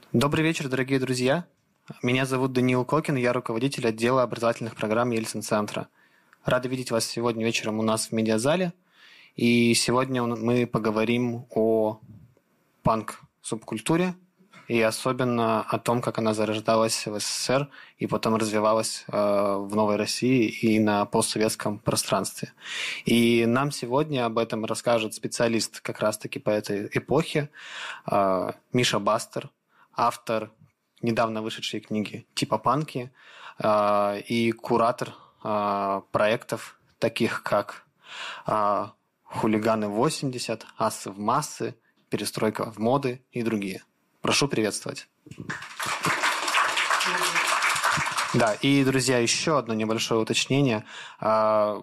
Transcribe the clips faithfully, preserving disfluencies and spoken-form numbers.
Добрый вечер, дорогие друзья. Меня зовут Даниил Кокин, я руководитель отдела образовательных программ Ельцин-центра. Рады видеть вас сегодня вечером у нас в медиазале. И сегодня мы поговорим о панк-субкультуре и особенно о том, как она зарождалась в СССР и потом развивалась э, в Новой России и на постсоветском пространстве. И нам сегодня об этом расскажет специалист как раз-таки по этой эпохе э, Миша Бастер, автор недавно вышедшей книги «Типа панки» э, и куратор э, проектов, таких как э, «Хулиганы восемьдесят», «Асы в массы», «Перестройка в моды» и другие. Прошу приветствовать. Да, и, друзья, еще одно небольшое уточнение. В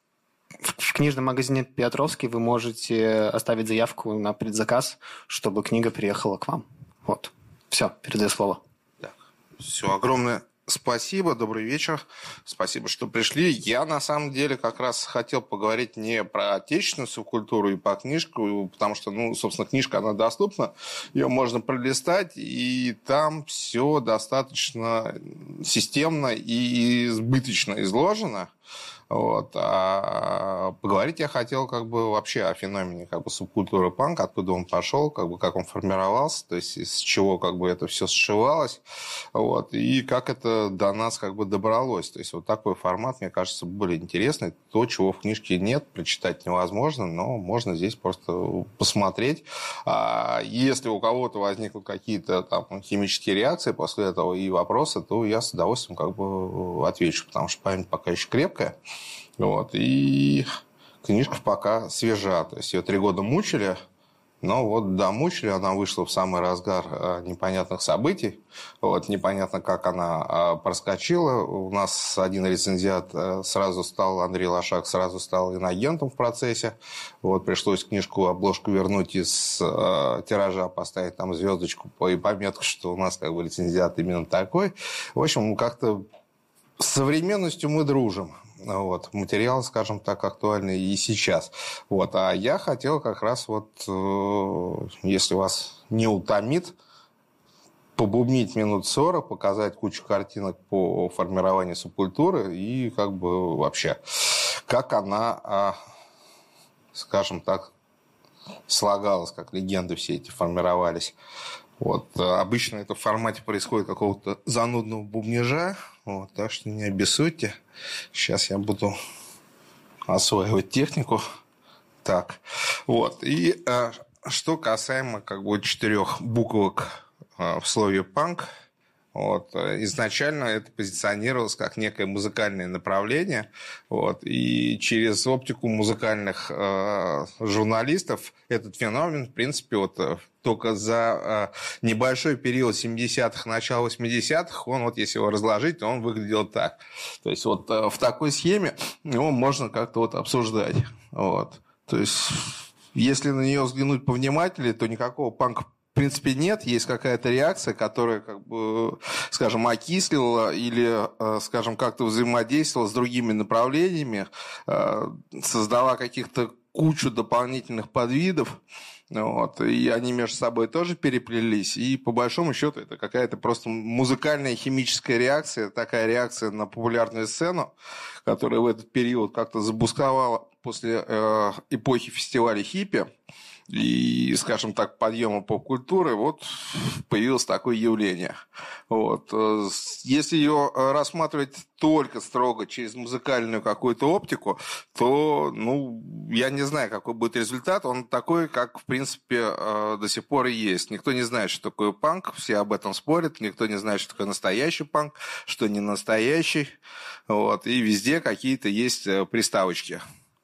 книжном магазине «Петровский» вы можете оставить заявку на предзаказ, чтобы книга приехала к вам. Вот. Все, передаю слово. Да. Все, огромное спасибо, добрый вечер. Спасибо, что пришли. Я, на самом деле, как раз хотел поговорить не про отечественную субкультуру и по книжку, потому что, ну, собственно, книжка, она доступна, ее можно пролистать, и там все достаточно системно и избыточно изложено. Вот. А поговорить я хотел как бы вообще о феномене как бы субкультуры панк, откуда он пошел, как бы как он формировался, то есть из чего как бы это все сшивалось, вот, и как это до нас как бы добралось. То есть вот такой формат, мне кажется, более интересный. То, чего в книжке нет, прочитать невозможно, но можно здесь просто посмотреть. А если у кого-то возникнут какие-то там химические реакции после этого и вопросы, то я с удовольствием как бы отвечу, потому что память пока еще крепкая. Вот. И книжка пока свежа. То есть ее три года мучили, но вот домучили, она вышла в самый разгар непонятных событий. Вот. Непонятно, как она проскочила. У нас один рецензент сразу стал, Андрей Лошак, сразу стал инагентом в процессе. Вот. Пришлось книжку, обложку вернуть из тиража, поставить там звездочку и пометку, что у нас как бы рецензент именно такой. В общем, как-то с современностью мы дружим. Вот. Материал, скажем так, актуальный и сейчас. Вот. А я хотел как раз, вот, если вас не утомит, побубнить минут сорок, показать кучу картинок по формированию субкультуры и как бы вообще, как она, скажем так, слагалась, как легенды все эти формировались. Вот. Обычно это в формате происходит какого-то занудного бубнижа, вот, так что не обессудьте. Сейчас я буду осваивать технику. Так, вот. И а, что касаемо как бы четырех буквок а, в слове «панк», вот, изначально это позиционировалось как некое музыкальное направление, вот, и через оптику музыкальных э, журналистов этот феномен, в принципе, вот, только за э, небольшой период семидесятых, начала восьмидесятых, он, вот, если его разложить, то он выглядел так. То есть вот э, в такой схеме его можно как-то вот обсуждать. Вот. То есть если на нее взглянуть повнимательнее, то никакого панка в принципе нет, есть какая-то реакция, которая, как бы, скажем, окислила или, скажем, как-то взаимодействовала с другими направлениями, создала каких-то кучу дополнительных подвидов, вот, и они между собой тоже переплелись, и по большому счету это какая-то просто музыкальная химическая реакция, такая реакция на популярную сцену, которая в этот период как-то забусковала после э, эпохи фестиваля хиппи, и, скажем так, подъема поп-культуры, вот появилось такое явление. Вот. Если ее рассматривать только строго через музыкальную какую-то оптику, то, ну, я не знаю, какой будет результат. Он такой, как, в принципе, до сих пор и есть. Никто не знает, что такое панк, все об этом спорят, никто не знает, что такое настоящий панк, что не настоящий. Вот. И везде какие-то есть приставочки.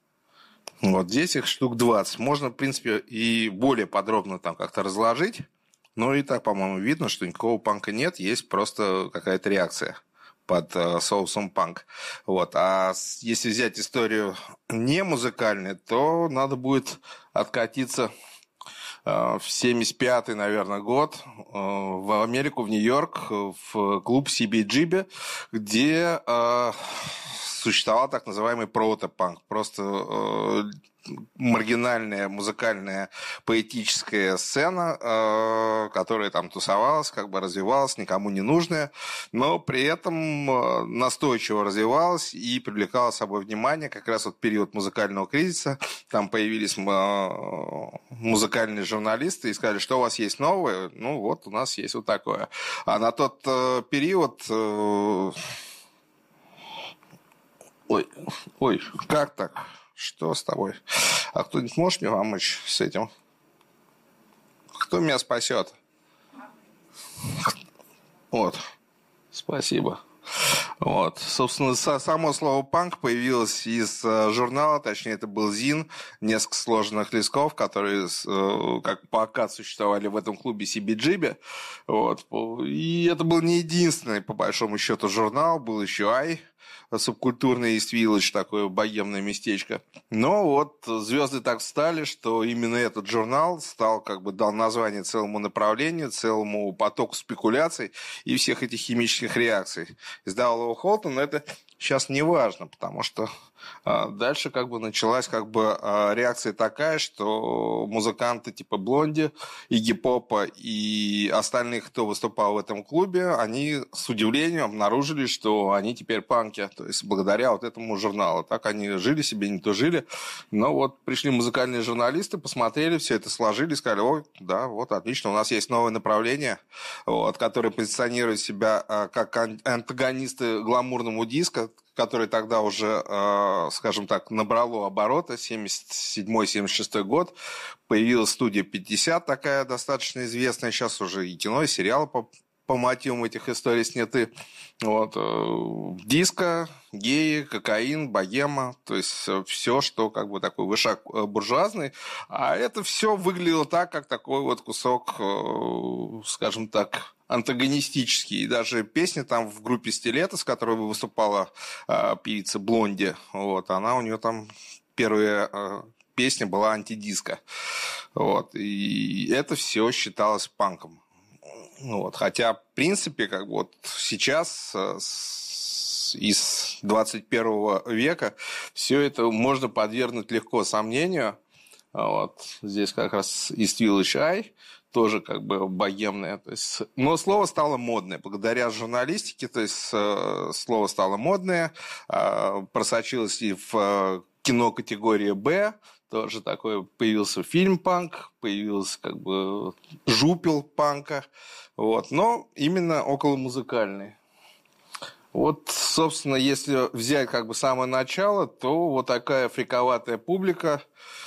Вот здесь их штук двадцать. Можно, в принципе, и более подробно там как-то разложить. Но и так, по-моему, видно, что никакого панка нет. Есть просто какая-то реакция под э, соусом панк. Вот. А если взять историю не музыкальную, то надо будет откатиться э, в семьдесят пятый, наверное, год э, в Америку, в Нью-Йорк, в клуб си би джи би, где... Э, существовал так называемый протопанк. Просто э, маргинальная музыкальная поэтическая сцена, э, которая там тусовалась, как бы развивалась, никому не нужная, но при этом настойчиво развивалась и привлекала с собой внимание как раз вот период музыкального кризиса. Там появились э, музыкальные журналисты и сказали, что у вас есть новое? Ну вот, у нас есть вот такое. А на тот э, период... Э, ой, ой, как так? Что с тобой? А кто-нибудь может мне помочь с этим? Кто меня спасет? Вот. Спасибо. Вот. Собственно, само слово «панк» появилось из журнала, точнее, это был зин, несколько сложенных листков, которые, как пока существовали в этом клубе си би джи би. Вот. И это был не единственный, по большому счету, журнал, был еще «Ай», субкультурный East Village, такое богемное местечко. Но вот звезды так встали, что именно этот журнал стал, как бы дал название целому направлению, целому потоку спекуляций и всех этих химических реакций. Издавал его Холтон, но это сейчас не важно, потому что а, дальше как бы началась как бы а, реакция такая, что музыканты типа Блонди, Игги Попа и остальных, кто выступал в этом клубе, они с удивлением обнаружили, что они теперь панки, то есть благодаря вот этому журналу. Так они жили себе, не то жили. Но вот пришли музыкальные журналисты, посмотрели, все это сложили, сказали, ой, да, вот отлично, у нас есть новое направление, вот, которое позиционирует себя а, как антагонисты гламурному диско, который тогда уже, скажем так, набрало обороты, семьдесят седьмой семьдесят шестой год, появилась студия пятьдесят, такая достаточно известная, сейчас уже и кино, и сериалы по, по мотивам этих историй сняты. Вот. Диско, геи, кокаин, богема, то есть все, что как бы такой вышаг буржуазный, а это все выглядело так, как такой вот кусок, скажем так, антагонистический. И даже песня там в группе «Стилета», с которой выступала э, певица Блонди, вот, она у нее там первая э, песня была антидиско. Вот, и это все считалось панком. Вот, хотя, в принципе, как бы вот сейчас э, с, из двадцать первого века все это можно подвергнуть легко сомнению. Вот, здесь как раз East Village Ай, тоже как бы богемное. То есть, но слово стало модное. Благодаря журналистике, то есть слово стало модное, просочилось и в кино категории «Б», тоже такой появился фильм «Панк», появился как бы жупел панка, вот, но именно околомузыкальный. Вот, собственно, если взять как бы самое начало, то вот такая фриковатая публика,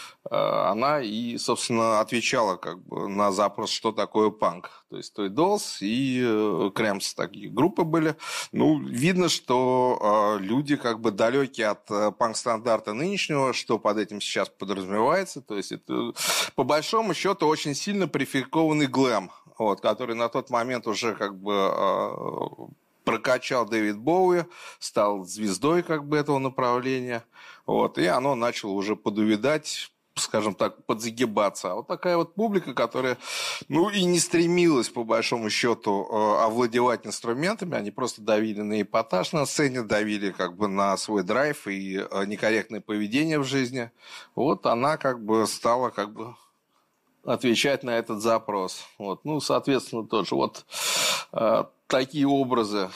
она и, собственно, отвечала как бы на запрос, что такое панк. То есть Toy Dolls и Крэмс такие группы были. Ну, видно, что э, люди как бы далекие от э, панк-стандарта нынешнего, что под этим сейчас подразумевается. То есть это, по большому счету, очень сильно прификованный глэм, вот, который на тот момент уже как бы... Э, прокачал Дэвид Боуи, стал звездой как бы этого направления. Вот, и оно начало уже подувядать, скажем так, подзагибаться. А вот такая вот публика, которая, ну, и не стремилась, по большому счету, овладевать инструментами, они просто давили на эпатаж на сцене, давили как бы на свой драйв и некорректное поведение в жизни. Вот она как бы стала как бы отвечать на этот запрос. Вот. Ну, соответственно, тоже вот э, такие образы.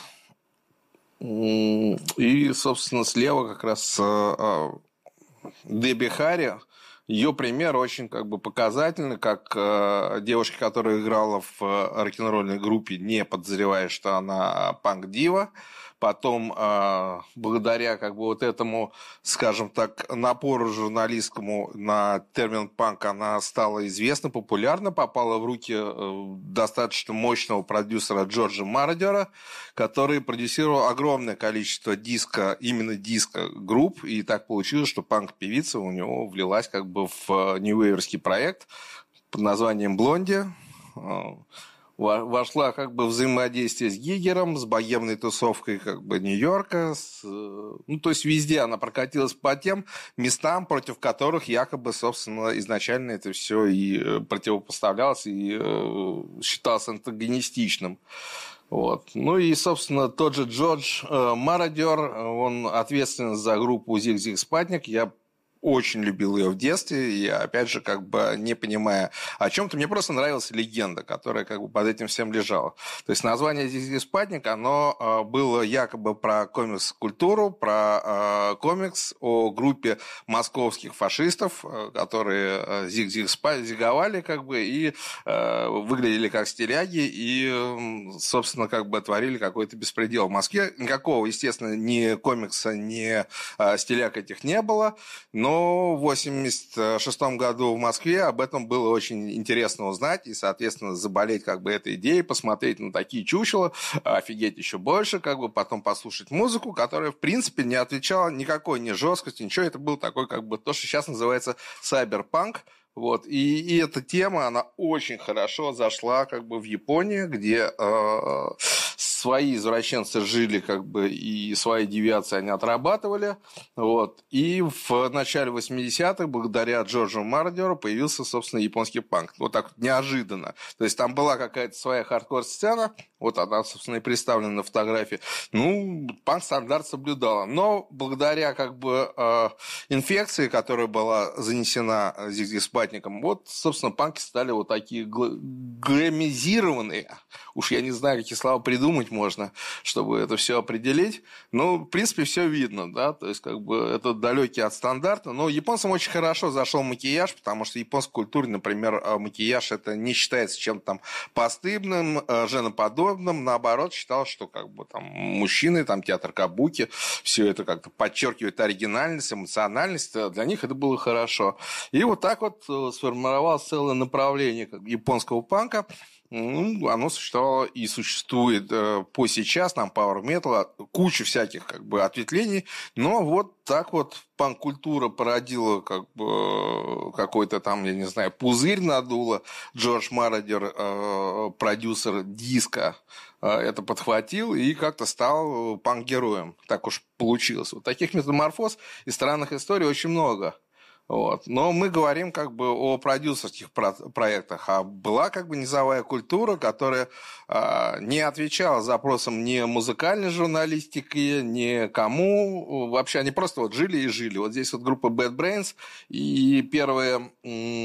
И, собственно, слева как раз э, Дебби Харри. Ее пример очень как бы показательный, как э, девушка, которая играла в э, рок-н-ролльной группе, не подозревая, что она панк-дива. Потом, э, благодаря как бы вот этому, скажем так, напору журналистскому на термин панк, она стала известна, популярна, попала в руки э, достаточно мощного продюсера Джорджа Мародера, который продюсировал огромное количество диско, именно диско-групп, и так получилось, что панк-певица у него влилась как бы в нью-вейверский проект под названием «Блонди». Вошла как бы взаимодействие с Гиггером, с богемной тусовкой как бы Нью-Йорка. С... Ну, то есть везде она прокатилась по тем местам, против которых якобы, собственно, изначально это все и противопоставлялось, и э, считалось антагонистичным. Вот. Ну и, собственно, тот же Джордж э, Мародер, он ответственен за группу Зиг-Зиг Спатник. Я очень любил ее в детстве, и, опять же, как бы не понимая о чем-то, мне просто нравилась легенда, которая как бы под этим всем лежала. То есть название «Зизи Спатник», оно было якобы про комикс-культуру, про комикс о группе московских фашистов, которые зиг-зиг-зиговали как бы и выглядели как стиляги и, собственно, как бы творили какой-то беспредел в Москве. Никакого, естественно, ни комикса, ни стиляг этих не было, но в восемьдесят шестом году в Москве об этом было очень интересно узнать и, соответственно, заболеть как бы этой идеей, посмотреть на такие чучела, офигеть еще больше, как бы потом послушать музыку, которая, в принципе, не отвечала никакой ни жесткости, ничего. Это был такой, как бы, то, что сейчас называется сайберпанк. Вот. И, и эта тема, она очень хорошо зашла как бы в Японии, где э, свои извращенцы жили как бы и свои девиации они отрабатывали. Вот. И в начале восьмидесятых благодаря Джорджу Мардеру появился, собственно, японский панк. Вот так вот неожиданно. То есть там была какая-то своя хардкор-сцена, вот она, собственно, и представлена на фотографии. Ну, панк-стандарт соблюдала. Но благодаря как бы э, инфекции, которая была занесена зиг-зиг-спатником, вот, собственно, панки стали вот такие глэмизированные. Уж я не знаю, какие слова придумать можно, чтобы это все определить. Но, в принципе, все видно, да, то есть, как бы, это далекий от стандарта. Но японцам очень хорошо зашел макияж, потому что в японской культуре, например, макияж это не считается чем-то там постыдным, женоподобным. Наоборот, считал, что как бы там мужчины, там театр кабуки, все это как-то подчеркивает оригинальность, эмоциональность. Для них это было хорошо. И вот так вот сформировалось целое направление как японского панка. Ну, оно существовало и существует э, по сейчас, там, Power Metal, куча всяких как бы ответвлений, но вот так вот панк-культура породила как бы какой-то там, я не знаю, пузырь надула. Джордж Мародер, э, продюсер диска, э, это подхватил и как-то стал панк-героем. Так уж получилось. Вот таких метаморфоз и странных историй очень много. Вот. Но мы говорим как бы о продюсерских проектах, а была как бы низовая культура, которая а, не отвечала запросам ни музыкальной журналистики, ни кому. Вообще они просто вот жили и жили. Вот здесь вот группа Bad Brains и первые,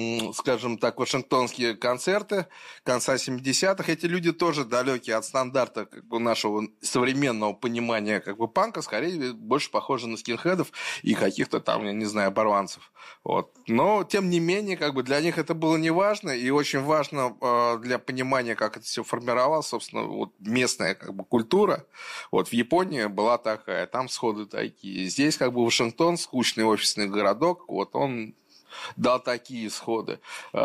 скажем так, вашингтонские концерты конца семидесятых. Эти люди тоже далекие от стандарта как бы нашего современного понимания как бы панка, скорее больше похожи на скинхедов и каких-то там, я не знаю, оборванцев. Вот. Но, тем не менее, как бы для них это было не важно, и очень важно э, для понимания, как это все формировалось, собственно, вот местная как бы культура. Вот в Японии была такая, там сходы такие. Здесь как бы Вашингтон, скучный офисный городок, вот он дал такие сходы.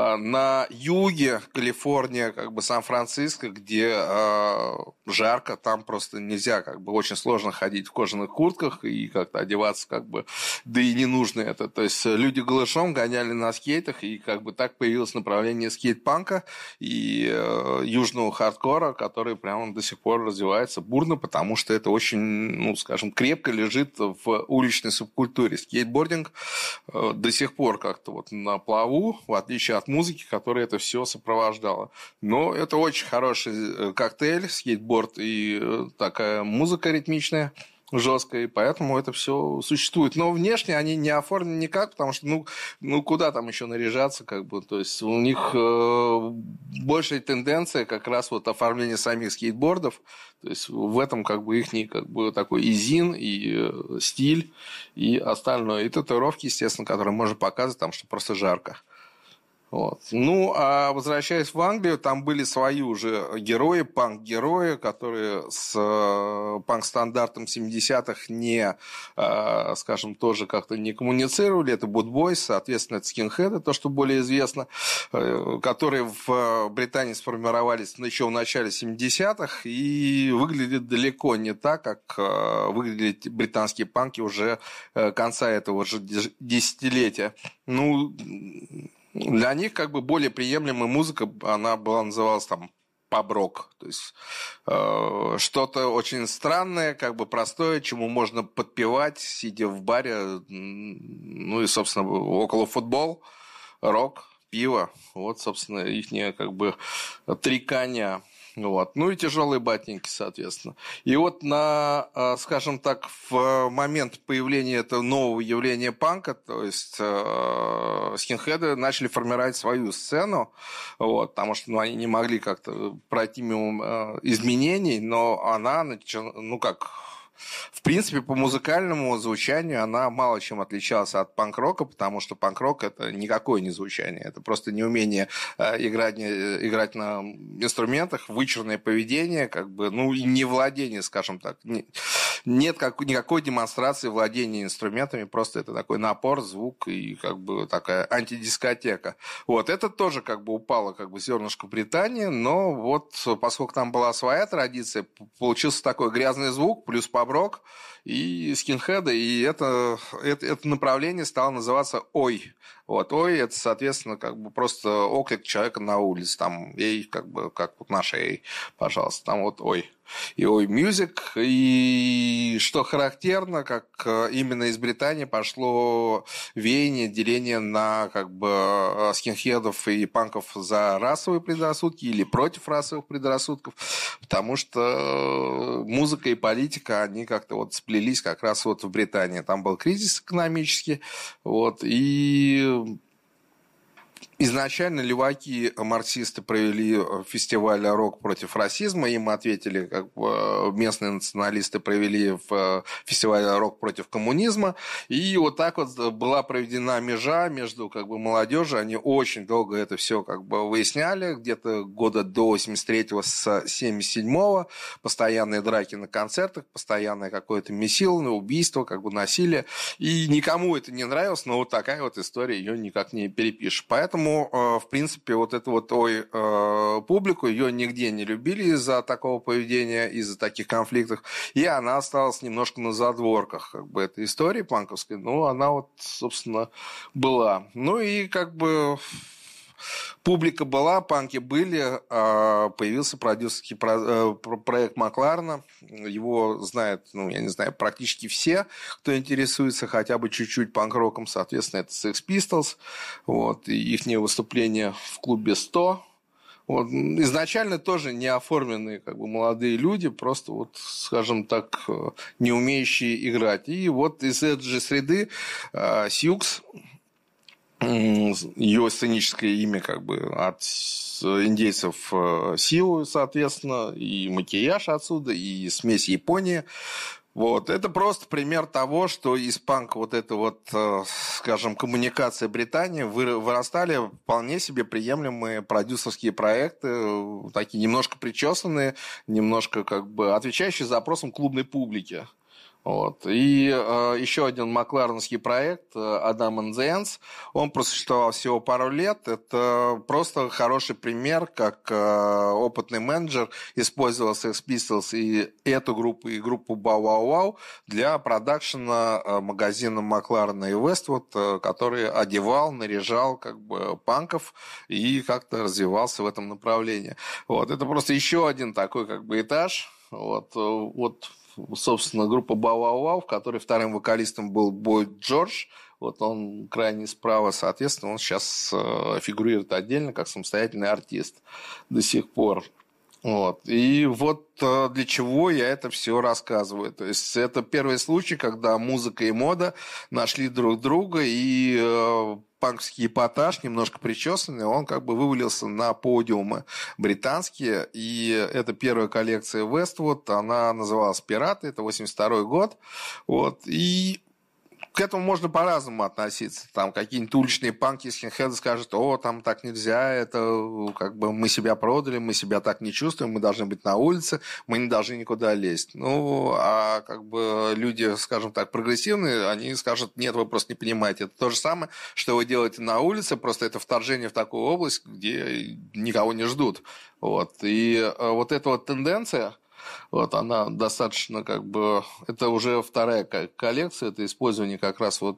На юге Калифорния, как бы Сан-Франциско, где э, жарко, там просто нельзя, как бы очень сложно ходить в кожаных куртках и как-то одеваться, как бы, да и не нужно это. То есть люди голышом гоняли на скейтах, и как бы так появилось направление скейт-панка и э, южного хардкора, который прямо до сих пор развивается бурно, потому что это очень, ну, скажем, крепко лежит в уличной субкультуре. Скейтбординг э, до сих пор как-то вот на плаву, в отличие от музыки, которая это все сопровождала. Но это очень хороший коктейль, скейтборд и такая музыка ритмичная, жесткая, и поэтому это все существует. Но внешне они не оформлены никак, потому что, ну, ну куда там еще наряжаться, как бы, то есть у них э, большая тенденция как раз вот оформление самих скейтбордов, то есть в этом как бы их как бы такой и зин, и э, стиль, и остальное, и татуировки, естественно, которые можно показывать, там, что просто жарко. Вот. Ну, а возвращаясь в Англию, там были свои уже герои, панк-герои, которые с панк-стандартом семидесятых не, скажем, тоже как-то не коммуницировали. Это Bad Boys, соответственно, это скинхеды, то, что более известно, которые в Британии сформировались еще в начале семидесятых и выглядят далеко не так, как выглядели британские панки уже конца этого же десятилетия. Ну, для них как бы более приемлемая музыка, она была, называлась там паб-рок, то есть э, что-то очень странное, как бы простое, чему можно подпевать, сидя в баре, ну и, собственно, около футбол, рок, пиво, вот, собственно, их как бы три коня. Вот. Ну и тяжелые ботинки, соответственно. И вот на, скажем так, в момент появления этого нового явления панка, то есть скинхеды начали формировать свою сцену, вот, потому что ну, они не могли как-то пройти мимо изменений, но она, ну как... В принципе, по музыкальному звучанию она мало чем отличалась от панк-рока, потому что панк-рок – это никакое не звучание, это просто неумение играть, играть на инструментах, вычурное поведение, как бы, ну и не владение, скажем так. Нет как, никакой демонстрации владения инструментами, просто это такой напор, звук и как бы такая антидискотека. Вот, это тоже как бы упало как бы зернышко Британии, но вот поскольку там была своя традиция, получился такой грязный звук плюс паб-рок и скинхеды, и это, это, это направление стало называться «Ой». Вот, «Ой» – это, соответственно, как бы просто оклик человека на улице, там, «Эй», как бы, как вот наша «Эй», пожалуйста, там вот «Ой». И «Ой Мьюзик», и что характерно, как именно из Британии пошло веяние, деление на как бы скинхедов и панков за расовые предрассудки или против расовых предрассудков, потому что музыка и политика, они как-то вот сплелись как раз вот в Британии. Там был кризис экономический, вот, и... Изначально леваки, марксисты провели фестиваль «Рок против расизма», им ответили, как бы местные националисты провели фестиваль «Рок против коммунизма», и вот так вот была проведена межа между как бы молодежью, они очень долго это все как бы выясняли, где-то года до восемьдесят третьего с семьдесят седьмого, постоянные драки на концертах, постоянное какое-то месилование, убийство, как бы насилие, и никому это не нравилось, но вот такая вот история, ее никак не перепишешь, поэтому в принципе, вот эту вот ой, публику, ее нигде не любили из-за такого поведения, из-за таких конфликтов, и она осталась немножко на задворках как бы, этой истории панковской, ну, она вот, собственно, была. Ну, и как бы... Публика была, панки были, появился продюсерский проект Макларена, его знают, ну, я не знаю, практически все, кто интересуется хотя бы чуть-чуть панк-роком, соответственно, это Sex Pistols, вот, и их выступление в клубе сто. Вот. Изначально тоже не оформленные как бы, молодые люди, просто, вот, скажем так, не умеющие играть. И вот из этой же среды Сьюкс, ее сценическое имя как бы от индейцев Сиу, соответственно, и макияж отсюда, и смесь Японии. Вот. Это просто пример того, что из панка вот это вот, скажем, коммуникация Британии вырастали вполне себе приемлемые продюсерские проекты, такие немножко причесанные, немножко как бы отвечающие запросам клубной публики. Вот. И э, еще один маклареновский проект Adam and the Ants, он просуществовал всего пару лет. Это просто хороший пример, как э, опытный менеджер использовал Sex Pistols и эту группу, и группу Bow Wow Wow для продакшена э, магазина Макларена и Westwood, э, который одевал, наряжал как бы панков и как-то развивался в этом направлении. Вот. Это просто еще один такой как бы этаж. Вот. Вот. Собственно, группа Bow Wow Wow, в которой вторым вокалистом был Бойд Джордж. Вот он крайне справа, соответственно, он сейчас фигурирует отдельно как самостоятельный артист до сих пор. Вот. И вот для чего я это все рассказываю. То есть это первый случай, когда музыка и мода нашли друг друга, и э, панковский эпатаж, немножко причесанный, он как бы вывалился на подиумы британские. И это первая коллекция Westwood, она называлась «Пираты», это восемьдесят второй год. Вот. И к этому можно по-разному относиться. Там какие-нибудь уличные панки, скинхеды скажут: о, там так нельзя, это как бы мы себя продали, мы себя так не чувствуем, мы должны быть на улице, мы не должны никуда лезть. Ну, а как бы люди, скажем так, прогрессивные, они скажут: нет, вы просто не понимаете. Это то же самое, что вы делаете на улице, просто это вторжение в такую область, где никого не ждут. Вот. И вот эта вот тенденция, вот она достаточно как бы... Это уже вторая коллекция, это использование как раз вот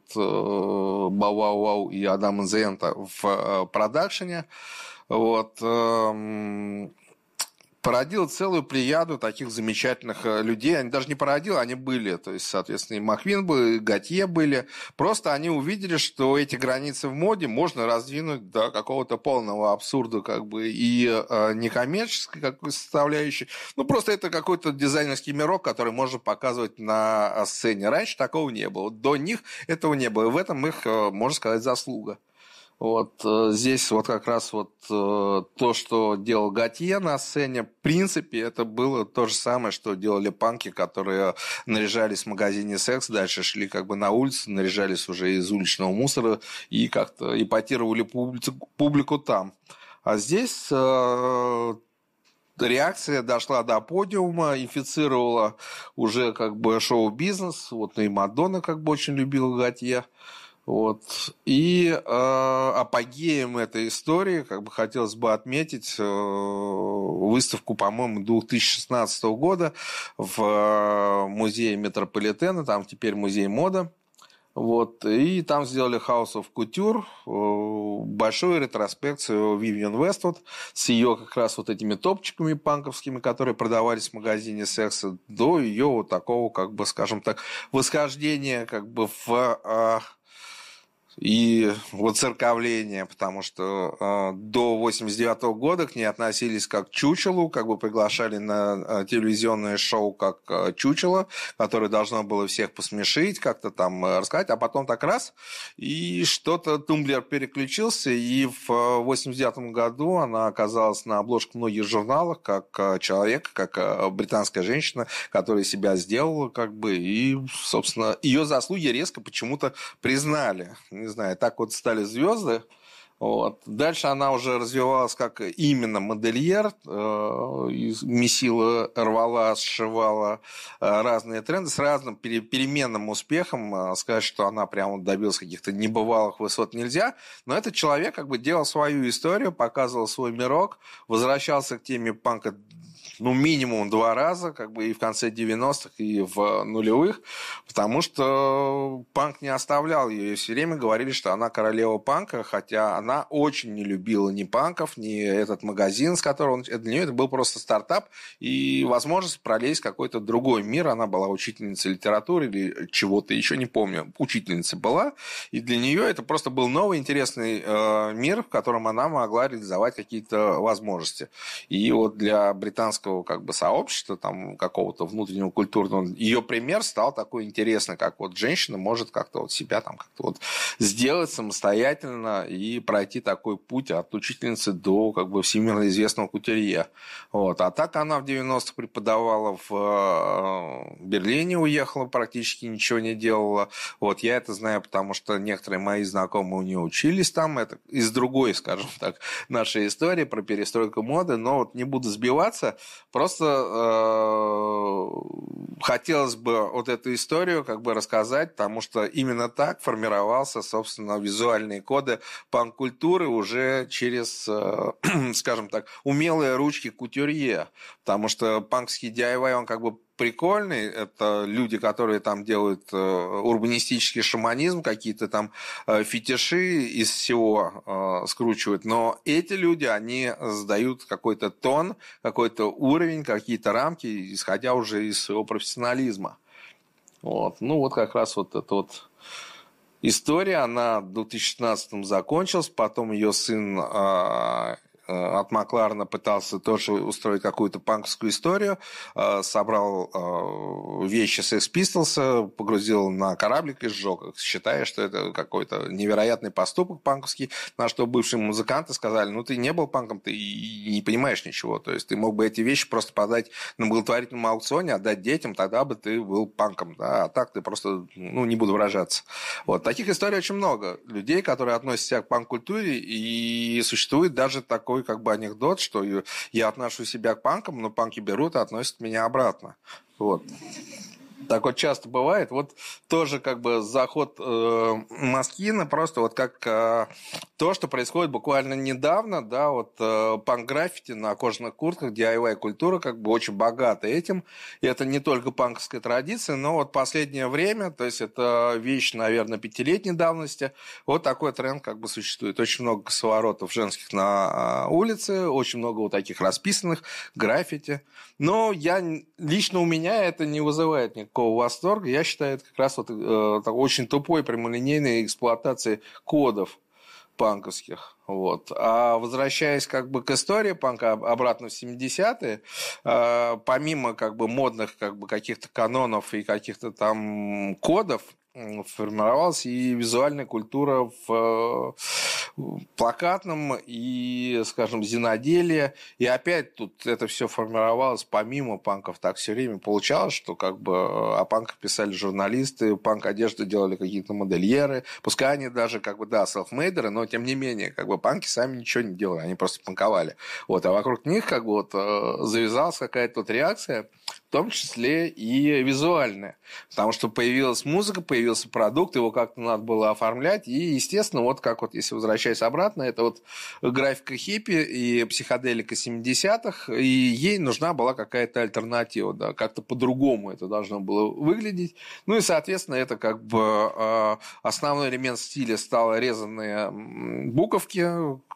Bow Wow Wow и Adam and the Ants в продакшене. Вот. породила целую плеяду таких замечательных людей. Они даже не породила, они были. То есть, соответственно, и Маквин был, и Готье были. Просто они увидели, что эти границы в моде можно раздвинуть до какого-то полного абсурда, как бы, и э, некоммерческой какой составляющей. Ну, просто это какой-то дизайнерский мирок, который можно показывать на сцене. Раньше такого не было. До них этого не было. И в этом их, можно сказать, заслуга. Вот здесь вот как раз вот то, что делал Готье на сцене, в принципе, это было то же самое, что делали панки, которые наряжались в магазине секс, дальше шли как бы на улицу, наряжались уже из уличного мусора и как-то эпатировали публику, публику там. А здесь реакция дошла до подиума, инфицировала уже как бы шоу-бизнес, вот и Мадонна как бы очень любила Готье. Вот. И э, апогеем этой истории, как бы хотелось бы отметить, э, выставку, по-моему, две тысячи шестнадцатого года в э, музее Метрополитена, там теперь музей моды. Вот. И там сделали House of Couture, э, большую ретроспекцию Вивиан Вествуд с ее как раз вот этими топчиками панковскими, которые продавались в магазине секса, до ее вот такого, как бы, скажем так, восхождения как бы в... Э, и воцерковление, потому что э, до восемьдесят девятого года к ней относились как к чучелу, как бы приглашали на э, телевизионное шоу как э, чучело, которое должно было всех посмешить, как-то там э, рассказать, а потом так раз, и что-то тумблер переключился, и в восемьдесят девятом году она оказалась на обложках многих журналов, как э, человек, как э, британская женщина, которая себя сделала, как бы, и, собственно, ее заслуги резко почему-то признали. Не знаю, так вот стали звезды. Вот. Дальше она уже развивалась как именно модельер, э, месила, рвала, сшивала э, разные тренды с разным пере, переменным успехом. Э, сказать, что она прямо добилась каких-то небывалых высот нельзя, но этот человек как бы делал свою историю, показывал свой мирок, возвращался к теме панка ну, минимум два раза, как бы и в конце девяностых, и в нулевых, потому что панк не оставлял ее, и все время говорили, что она королева панка, хотя она очень не любила ни панков, ни этот магазин, с которого он... Для нее это был просто стартап и возможность пролезть в какой-то другой мир. Она была учительницей литературы или чего-то еще, не помню, учительница была, и для нее это просто был новый интересный э, мир, в котором она могла реализовать какие-то возможности. И вот для британского как бы сообщества, там, какого-то внутреннего культурного, ее пример стал такой интересный, как вот женщина может как-то вот себя там как-то вот сделать самостоятельно и пройти такой путь от учительницы до как бы всемирно известного кутюрье. Вот. А так она в девяностых преподавала в Берлине, уехала, практически ничего не делала. Вот. Я это знаю, потому что некоторые мои знакомые у нее учились там. Это из другой, скажем так, нашей истории про перестройку моды, но вот не буду сбиваться. Просто э, хотелось бы вот эту историю как бы рассказать, потому что именно так формировался, собственно, визуальные коды панк-культуры уже через, э, скажем так, умелые ручки кутюрье. Потому что панкский ди ай вай, он как бы прикольный, это люди, которые там делают э, урбанистический шаманизм, какие-то там э, фетиши из всего э, скручивают, но эти люди, они задают какой-то тон, какой-то уровень, какие-то рамки, исходя уже из своего профессионализма. Вот. Ну, вот как раз вот эта вот история, она в две тысячи шестнадцатом закончилась, потом ее сын э, от Макларена пытался тоже устроить какую-то панковскую историю, собрал вещи Sex Pistols, погрузил на кораблик и сжег их, считая, что это какой-то невероятный поступок панковский, на что бывшие музыканты сказали, ну ты не был панком, ты и не понимаешь ничего, то есть ты мог бы эти вещи просто продать на благотворительном аукционе, отдать детям, тогда бы ты был панком, да? А так ты просто, ну не буду выражаться. Вот. Таких историй очень много, людей, которые относятся к панк-культуре, и существует даже такой как бы анекдот, что я отношу себя к панкам, но панки берут и относят меня обратно. Вот. Так вот часто бывает. Вот тоже как бы заход э, Москина, просто вот как э, то, что происходит буквально недавно, да, вот э, панк-граффити на кожаных куртках, ди ай вай-культура как бы очень богата этим. И это не только панковская традиция, но вот последнее время, то есть это вещь, наверное, пятилетней давности, вот такой тренд как бы существует. Очень много косоворотов женских на улице, очень много вот таких расписанных граффити. Но я, лично у меня это не вызывает никакого восторга. Я считаю, это как раз вот, э, так, очень тупой прямолинейной эксплуатации кодов панковских. Вот. А возвращаясь как бы к истории панка обратно в семидесятые, э, помимо как бы модных как бы каких-то канонов и каких-то там кодов, формировалась и визуальная культура в плакатном и, скажем, зиноделии. И опять тут это все формировалось помимо панков. Так все время получалось, что как бы о панках писали журналисты, панк-одежду делали какие-то модельеры. Пускай они даже как бы, да, селфмейдеры, но тем не менее, как бы панки сами ничего не делали, они просто панковали. Вот. А вокруг них как бы вот завязалась какая-то вот реакция, в том числе и визуальная. Потому что появилась музыка, появился продукт, его как-то надо было оформлять. И, естественно, вот как вот, если возвращаясь обратно, это вот графика хиппи и психоделика семидесятых, и ей нужна была какая-то альтернатива, да, как-то по-другому это должно было выглядеть. Ну и, соответственно, это как бы основной элемент стиля стало резанные буковки.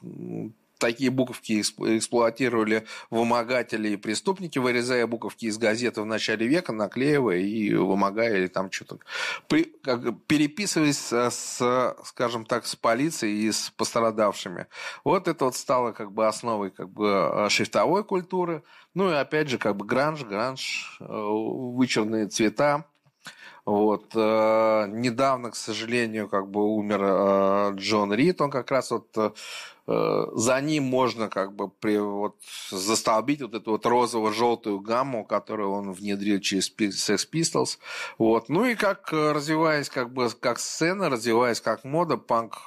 Такие буковки эксплуатировали вымогатели и преступники, вырезая буковки из газеты в начале века, наклеивая и вымогая, или там что-то. При, как, переписываясь с, скажем так, с полицией и с пострадавшими. Вот это вот стало как бы основой как бы шрифтовой культуры. Ну и опять же как бы гранж, гранж, вычурные цвета. Вот. Недавно, к сожалению, как бы умер Джон Рид, он как раз вот за ним можно как бы при, вот, застолбить вот эту вот розово-желтую гамму, которую он внедрил через Sex Pistols. Вот. Ну и как развиваясь как бы как сцена, развиваясь как мода, панк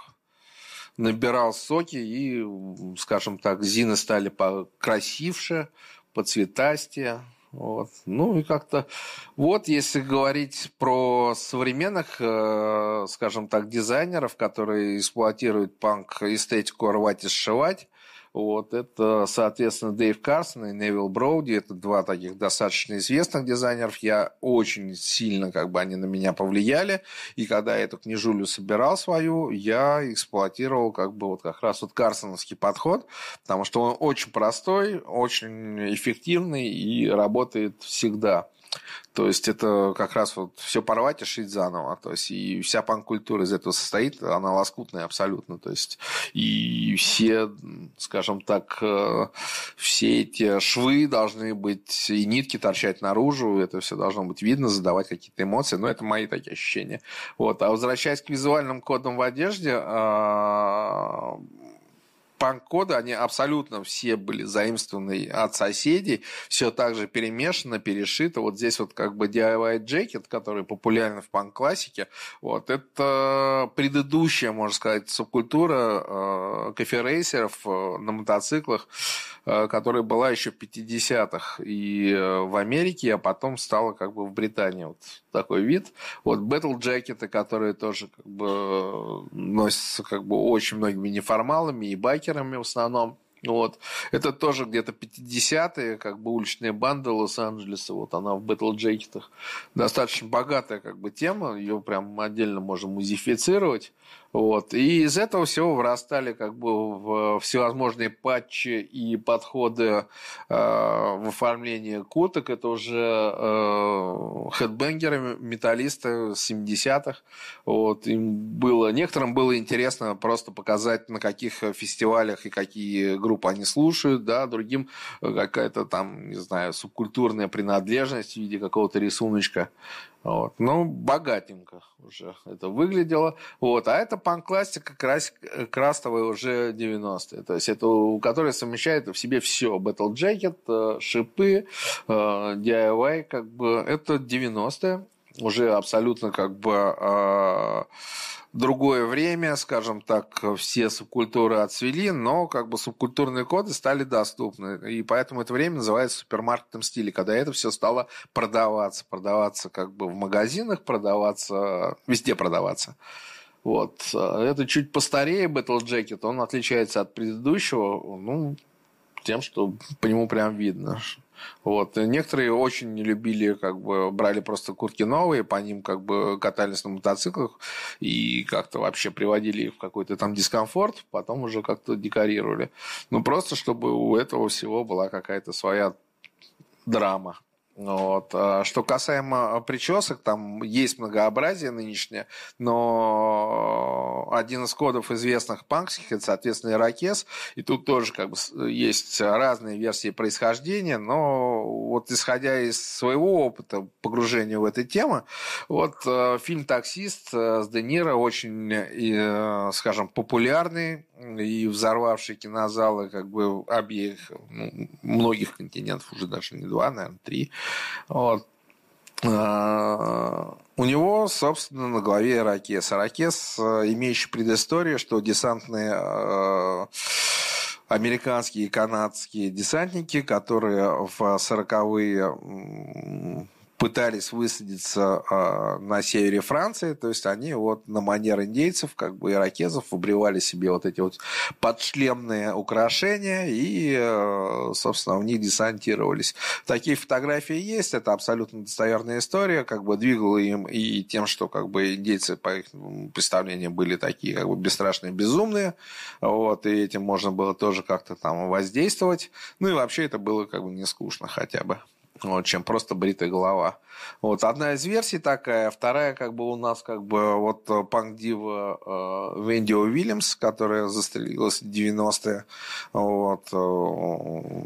набирал соки и, скажем так, зины стали покрасивше, поцветастее. Вот. Ну и как-то вот если говорить про современных, э, скажем так, дизайнеров, которые эксплуатируют панк-эстетику рвать и сшивать, вот, это, соответственно, Дэйв Карсон и Невил Броуди. Это два таких достаточно известных дизайнеров. Я очень сильно, как бы, они на меня повлияли. И когда я эту книжулю собирал свою, я эксплуатировал, как бы, вот как раз вот карсоновский подход, потому что он очень простой, очень эффективный и работает всегда. То есть это как раз вот все порвать и шить заново. То есть и вся панк-культура из этого состоит, она лоскутная абсолютно. То есть и все, скажем так, все эти швы должны быть, и нитки торчать наружу, это все должно быть видно, задавать какие-то эмоции. Но это мои такие ощущения. Вот. А возвращаясь к визуальным кодам в одежде, панк-коды, они абсолютно все были заимствованы от соседей, все так же перемешано, перешито. Вот здесь вот как бы ди ай вай-джекет, который популярен в панк-классике, вот, это предыдущая, можно сказать, субкультура э, кофе-рейсеров э, на мотоциклах, э, которая была еще в пятидесятых и э, в Америке, а потом стала как бы в Британии. Вот такой вид. Вот бэтл-джекеты, которые тоже как бы носятся как бы очень многими неформалами и байкерами в основном. Вот. Это тоже где-то пятидесятые, как бы уличная банда Лос-Анджелеса, вот она в бэтл-джекетах. Достаточно богатая как бы тема, ее прям отдельно можно музифицировать. Вот. И из этого всего вырастали как бы в всевозможные патчи и подходы э, в оформлении курток. Это уже э, хедбэнгеры, металлисты семидесятых. Вот. Им было, некоторым было интересно просто показать, на каких фестивалях и какие группы они слушают, да, другим какая-то там, не знаю, субкультурная принадлежность в виде какого-то рисуночка. Вот. Ну, богатенько уже это выглядело. Вот. А это панк-классика крастовая уже девяностые. То есть это, которая совмещает в себе все. Battle Jacket, шипы, ди ай вай, как бы это девяностые. Уже абсолютно как бы другое время, скажем так, все субкультуры отцвели, но как бы субкультурные коды стали доступны. И поэтому это время называется супермаркетом стиля, когда это все стало продаваться. Продаваться как бы в магазинах, продаваться, везде продаваться. Вот. Это чуть постарее Battle Jacket, он отличается от предыдущего, ну, тем, что по нему прям видно. Вот. Некоторые очень не любили, как бы брали просто куртки новые, по ним как бы катались на мотоциклах и как-то вообще приводили их в какой-то там дискомфорт, потом уже как-то декорировали. Ну, просто чтобы у этого всего была какая-то своя драма. Вот. Что касаемо причесок, там есть многообразие нынешнее, но один из кодов известных панкских, это, соответственно, ирокез, и тут тоже как бы есть разные версии происхождения, но вот исходя из своего опыта погружения в эту тему, вот фильм «Таксист» с Де Ниро очень, скажем, популярный и взорвавший кинозалы как бы обеих, ну, многих континентов, уже даже не два, наверное, три. Вот. У него, собственно, на голове ирокез. Ирокез, имеющий предысторию, что десантные американские и канадские десантники, которые в сороковые пытались высадиться э, на севере Франции, то есть они вот на манер индейцев, как бы ирокезов, выбривали себе вот эти вот подшлемные украшения и, э, собственно, в них десантировались. Такие фотографии есть, это абсолютно достоверная история, как бы двигало им и тем, что как бы индейцы, по их представлениям, были такие как бы бесстрашные, безумные, вот, и этим можно было тоже как-то там воздействовать, ну и вообще это было как бы не скучно хотя бы. Вот, чем просто бритая голова. Вот, одна из версий такая, вторая как бы у нас как бы вот панк-дива э, Венди Уильямс, которая застрелилась в девяностые. Вот, э,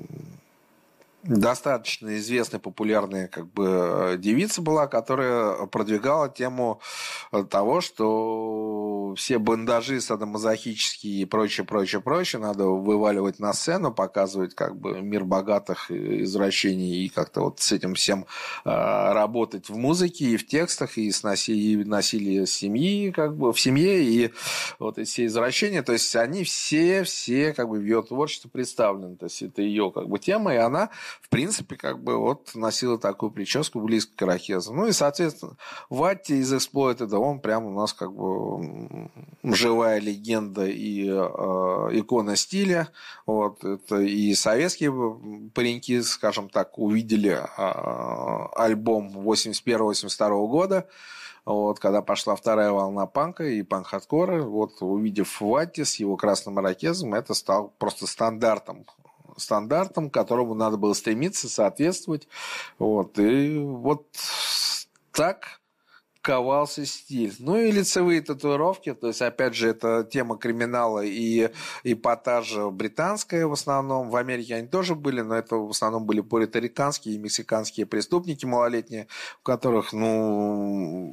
достаточно известная, популярная как бы девица была, которая продвигала тему того, что все бандажи садомазохические и прочее, прочее, прочее надо вываливать на сцену, показывать как бы мир богатых извращений и как-то вот с этим всем работать в музыке и в текстах, и с насилием семьи, как бы в семье, и вот эти все извращения, то есть они все, все как бы в ее творчестве представлены, то есть это ее как бы тема, и она в принципе, как бы вот носила такую прическу близко к ирокезу. Ну и, соответственно, Ватти из Exploited, он прям у нас как бы живая легенда и э, икона стиля. Вот. Это и советские пареньки, скажем так, увидели э, альбом восемьдесят первого — восемьдесят второго года. Вот, когда пошла вторая волна панка и панк-хардкора, вот, увидев Ватти с его красным ирокезом, это стало просто стандартом. стандартам, к которому надо было стремиться, соответствовать. Вот. И вот так ковался стиль. Ну и лицевые татуировки, то есть, опять же, это тема криминала и эпатажа британская в основном. В Америке они тоже были, но это в основном были пуэрториканские и мексиканские преступники малолетние, у которых, ну...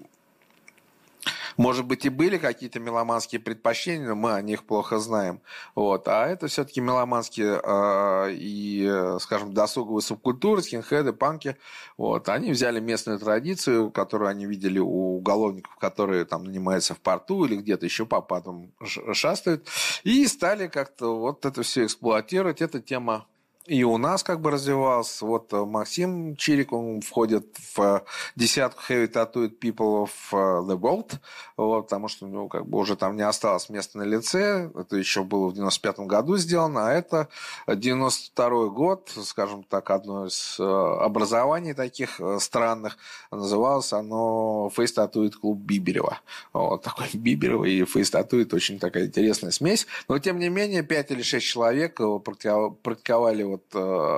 Может быть, и были какие-то меломанские предпочтения, но мы о них плохо знаем. Вот. А это все-таки меломанские э, и, скажем, досуговые субкультуры, скинхеды, панки. Вот. Они взяли местную традицию, которую они видели у уголовников, которые там нанимаются в порту или где-то еще по падам шастают, и стали как-то вот это все эксплуатировать. Эта тема и у нас как бы развивалась. Вот Максим Чирик, он входит в десятку Heavy Tattooed People of the World, вот, потому что у него как бы уже там не осталось места на лице. Это еще было в девяносто пятом году сделано, а это девяносто второй год, скажем так, одно из образований таких странных. Называлось оно Face Tattooed Club Биберева. Вот такой Биберева и Face Tattooed, очень такая интересная смесь. Но тем не менее, пять или шесть человек практиковали вот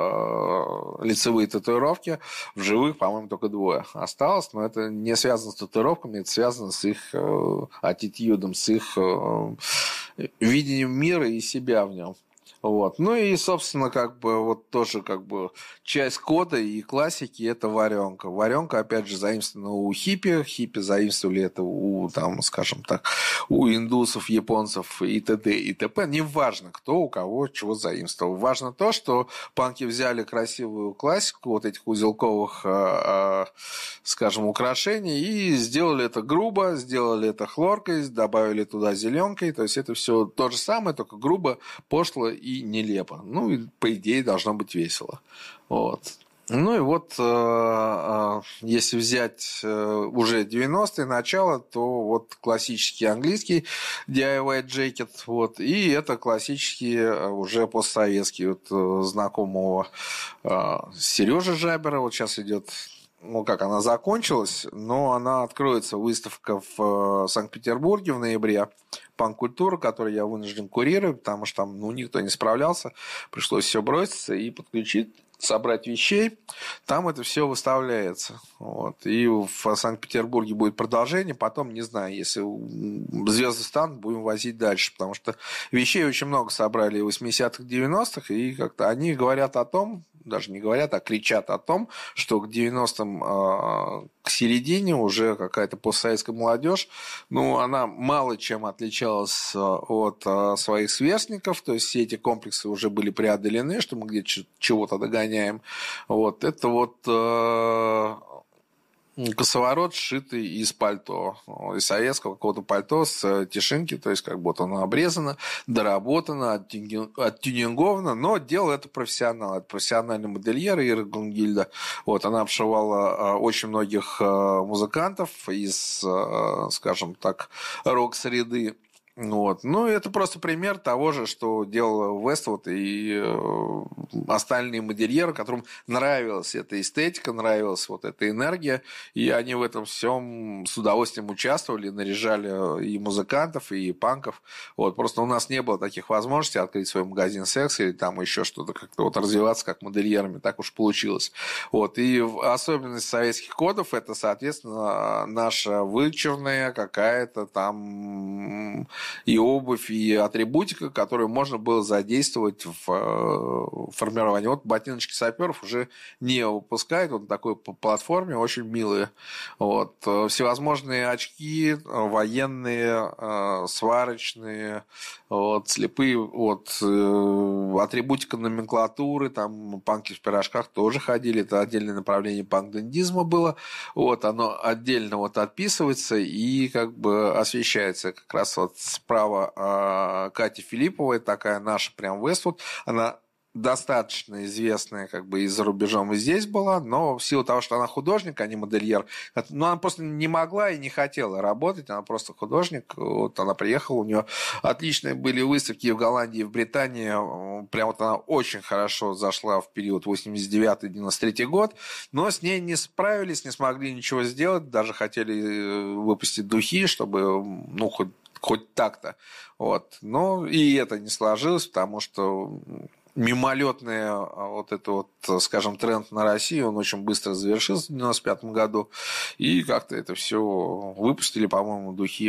э, лицевые татуировки. В живых, по-моему, только двое осталось, но это не связано с татуировками, это связано с их э, аттитюдом, с их э, видением мира и себя в нем. Вот. Ну и, собственно, как бы вот тоже как бы часть кода и классики – это варенка. Варенка, опять же, заимствована у хиппи. Хиппи заимствовали это у, там, скажем так, у индусов, японцев и т.д. и т.п. Неважно, кто у кого чего заимствовал. Важно то, что панки взяли красивую классику вот этих узелковых, скажем, украшений и сделали это грубо, сделали это хлоркой, добавили туда зеленкой. То есть это все то же самое, только грубо, пошло и нелепо. Ну и по идее должно быть весело. Вот. Ну и вот, если взять уже девяностые начало, то вот классический английский ди ай вай Jacket, вот, и это классический уже постсоветский вот знакомого Сережи Жабера. Вот сейчас идет, ну как, она закончилась, но она откроется, выставка в Санкт-Петербурге в ноябре. Панк-культура, которую я вынужден курировать, потому что там ну, никто не справлялся. Пришлось все броситься и подключить, собрать вещей. Там это все выставляется. Вот. И в Санкт-Петербурге будет продолжение. Потом, не знаю, если звезды станут, будем возить дальше. Потому что вещей очень много собрали в восьмидесятых, девяностых. И как-то они говорят о том, даже не говорят, а кричат о том, что к девяностым, к середине уже какая-то постсоветская молодежь, ну, она мало чем отличалась от своих сверстников, то есть все эти комплексы уже были преодолены, что мы где-то чего-то догоняем. Вот, это вот косоворот, сшитый из пальто, из советского какого-то пальто с тишинки, то есть как будто оно обрезано, доработано, оттюнинговано, но делал это профессионал, это профессиональный модельер Ира Гунгильда. Вот, она обшивала очень многих музыкантов из, скажем так, рок-среды. Вот. Ну, это просто пример того же, что делал Вествуд и э, остальные модельеры, которым нравилась эта эстетика, нравилась вот эта энергия, и они в этом всем с удовольствием участвовали, наряжали и музыкантов, и панков. Вот. Просто у нас не было таких возможностей открыть свой магазин секса или там еще что-то, как-то вот развиваться как модельерами, так уж получилось. Вот. И особенность советских кодов – это, соответственно, наша вычурная какая-то там и обувь, и атрибутика, которую можно было задействовать в формировании. Вот ботиночки саперов уже не выпускают, вот на такой платформе, очень милые. Вот. Всевозможные очки, военные, сварочные, вот, слепые, вот, атрибутика номенклатуры, там панки в пирожках тоже ходили, это отдельное направление панк-дендизма было, вот, оно отдельно вот отписывается и как бы освещается как раз вот справа Катя Филиппова, такая наша прям Вествуд, она достаточно известная как бы и за рубежом, и здесь была, но в силу того, что она художник, а не модельер, ну, она просто не могла и не хотела работать, она просто художник, вот она приехала, у нее отличные были выставки в Голландии, в Британии, прям вот она очень хорошо зашла в период восемьдесят девятый — девяносто третий год, но с ней не справились, не смогли ничего сделать, даже хотели выпустить духи, чтобы, ну, хоть хоть так-то, вот, но и это не сложилось, потому что мимолетный вот этот вот, скажем, тренд на Россию, он очень быстро завершился в девяносто пятом году, и как-то это все выпустили, по-моему, духи.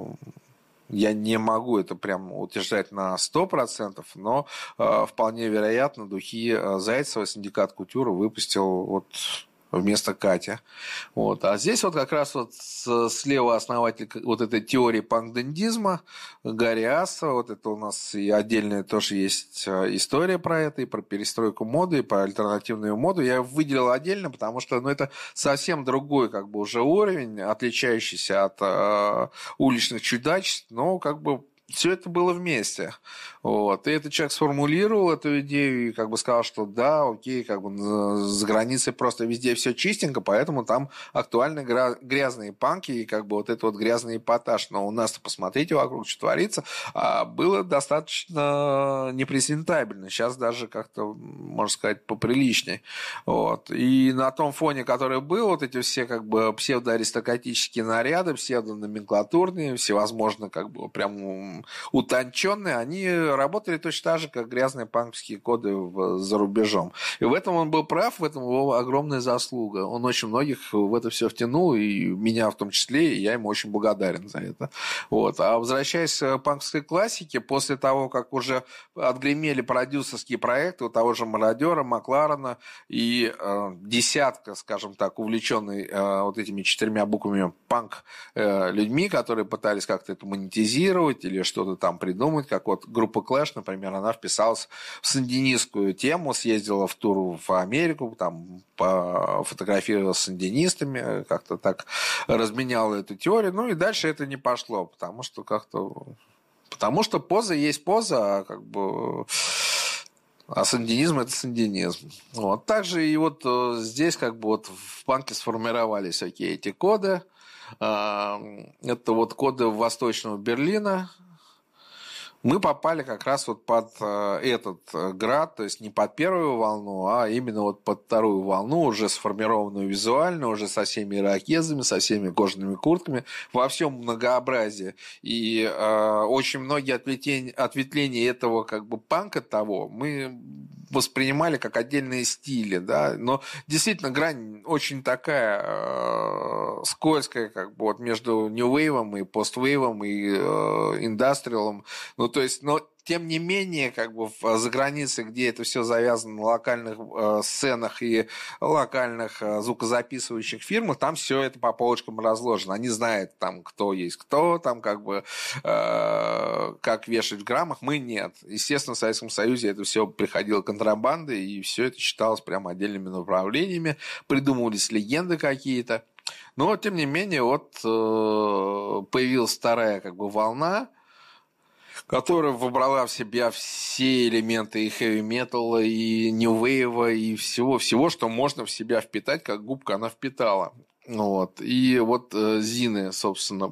Я не могу это прям утверждать на сто процентов, но э, вполне вероятно, духи Зайцева Синдикат Кутюр выпустил вот вместо Кати. Вот. А здесь вот как раз вот слева основатель вот этой теории панк-дендизма Гарри Асса. Вот это у нас и отдельная тоже есть история про это, и про перестройку моды, и про альтернативную моду. Я выделил отдельно, потому что ну, это совсем другой как бы уже уровень, отличающийся от э, уличных чудачеств, но как бы все это было вместе. Вот. И этот человек сформулировал эту идею и как бы сказал, что да, окей, как бы за границей просто везде все чистенько, поэтому там актуальны грязные панки и как бы вот этот вот грязный эпатаж. Но у нас-то посмотрите вокруг, что творится. А было достаточно непрезентабельно. Сейчас даже как-то, можно сказать, поприличней. Вот. И на том фоне, который был, вот эти все как бы псевдоаристократические наряды, псевдономенклатурные, всевозможно как бы прям утонченные, они работали точно так же, как грязные панковские коды за рубежом. И в этом он был прав, в этом его огромная заслуга. Он очень многих в это все втянул, и меня в том числе, и я ему очень благодарен за это. Вот. А возвращаясь к панковской классике, после того, как уже отгремели продюсерские проекты у того же «Мародера», «Макларена» и э, десятка, скажем так, увлеченный э, вот этими четырьмя буквами панк э, людьми, которые пытались как-то это монетизировать или что-то там придумать, как вот группа Clash, например, она вписалась в сандинистскую тему, съездила в тур в Америку, там фотографировалась с сандинистами, как-то так разменяла эту теорию, ну и дальше это не пошло, потому что как-то... Потому что поза есть поза, а как бы... А сандинизм – это сандинизм. Вот. Также и вот здесь как бы вот в панке сформировались всякие эти коды. Это вот коды Восточного Берлина. Мы попали как раз вот под этот град, то есть не под первую волну, а именно вот под вторую волну, уже сформированную визуально, уже со всеми ирокезами, со всеми кожаными куртками, во всем многообразии. И э, очень многие ответвления, ответвления этого как бы панка того мы воспринимали как отдельные стили, да, но действительно грань очень такая э, скользкая, как бы вот между нью-вейвом и пост-вейвом и э, индастриалом. Ну, то есть, но тем не менее, как бы за границей, где это все завязано на локальных э, сценах и локальных э, звукозаписывающих фирмах, там все это по полочкам разложено. Они знают, там, кто есть кто, там, как бы, э, как вешать в граммах. Мы нет. Естественно, в Советском Союзе это все приходило контрабандой, и все это считалось прямо отдельными направлениями. Придумывались легенды какие-то. Но, тем не менее, вот э, появилась вторая, как бы, волна, которая вобрала в себя все элементы и хэви-металла, и нью-вейва, и всего, всего, что можно в себя впитать, как губка она впитала. Вот. И вот э, зины, собственно,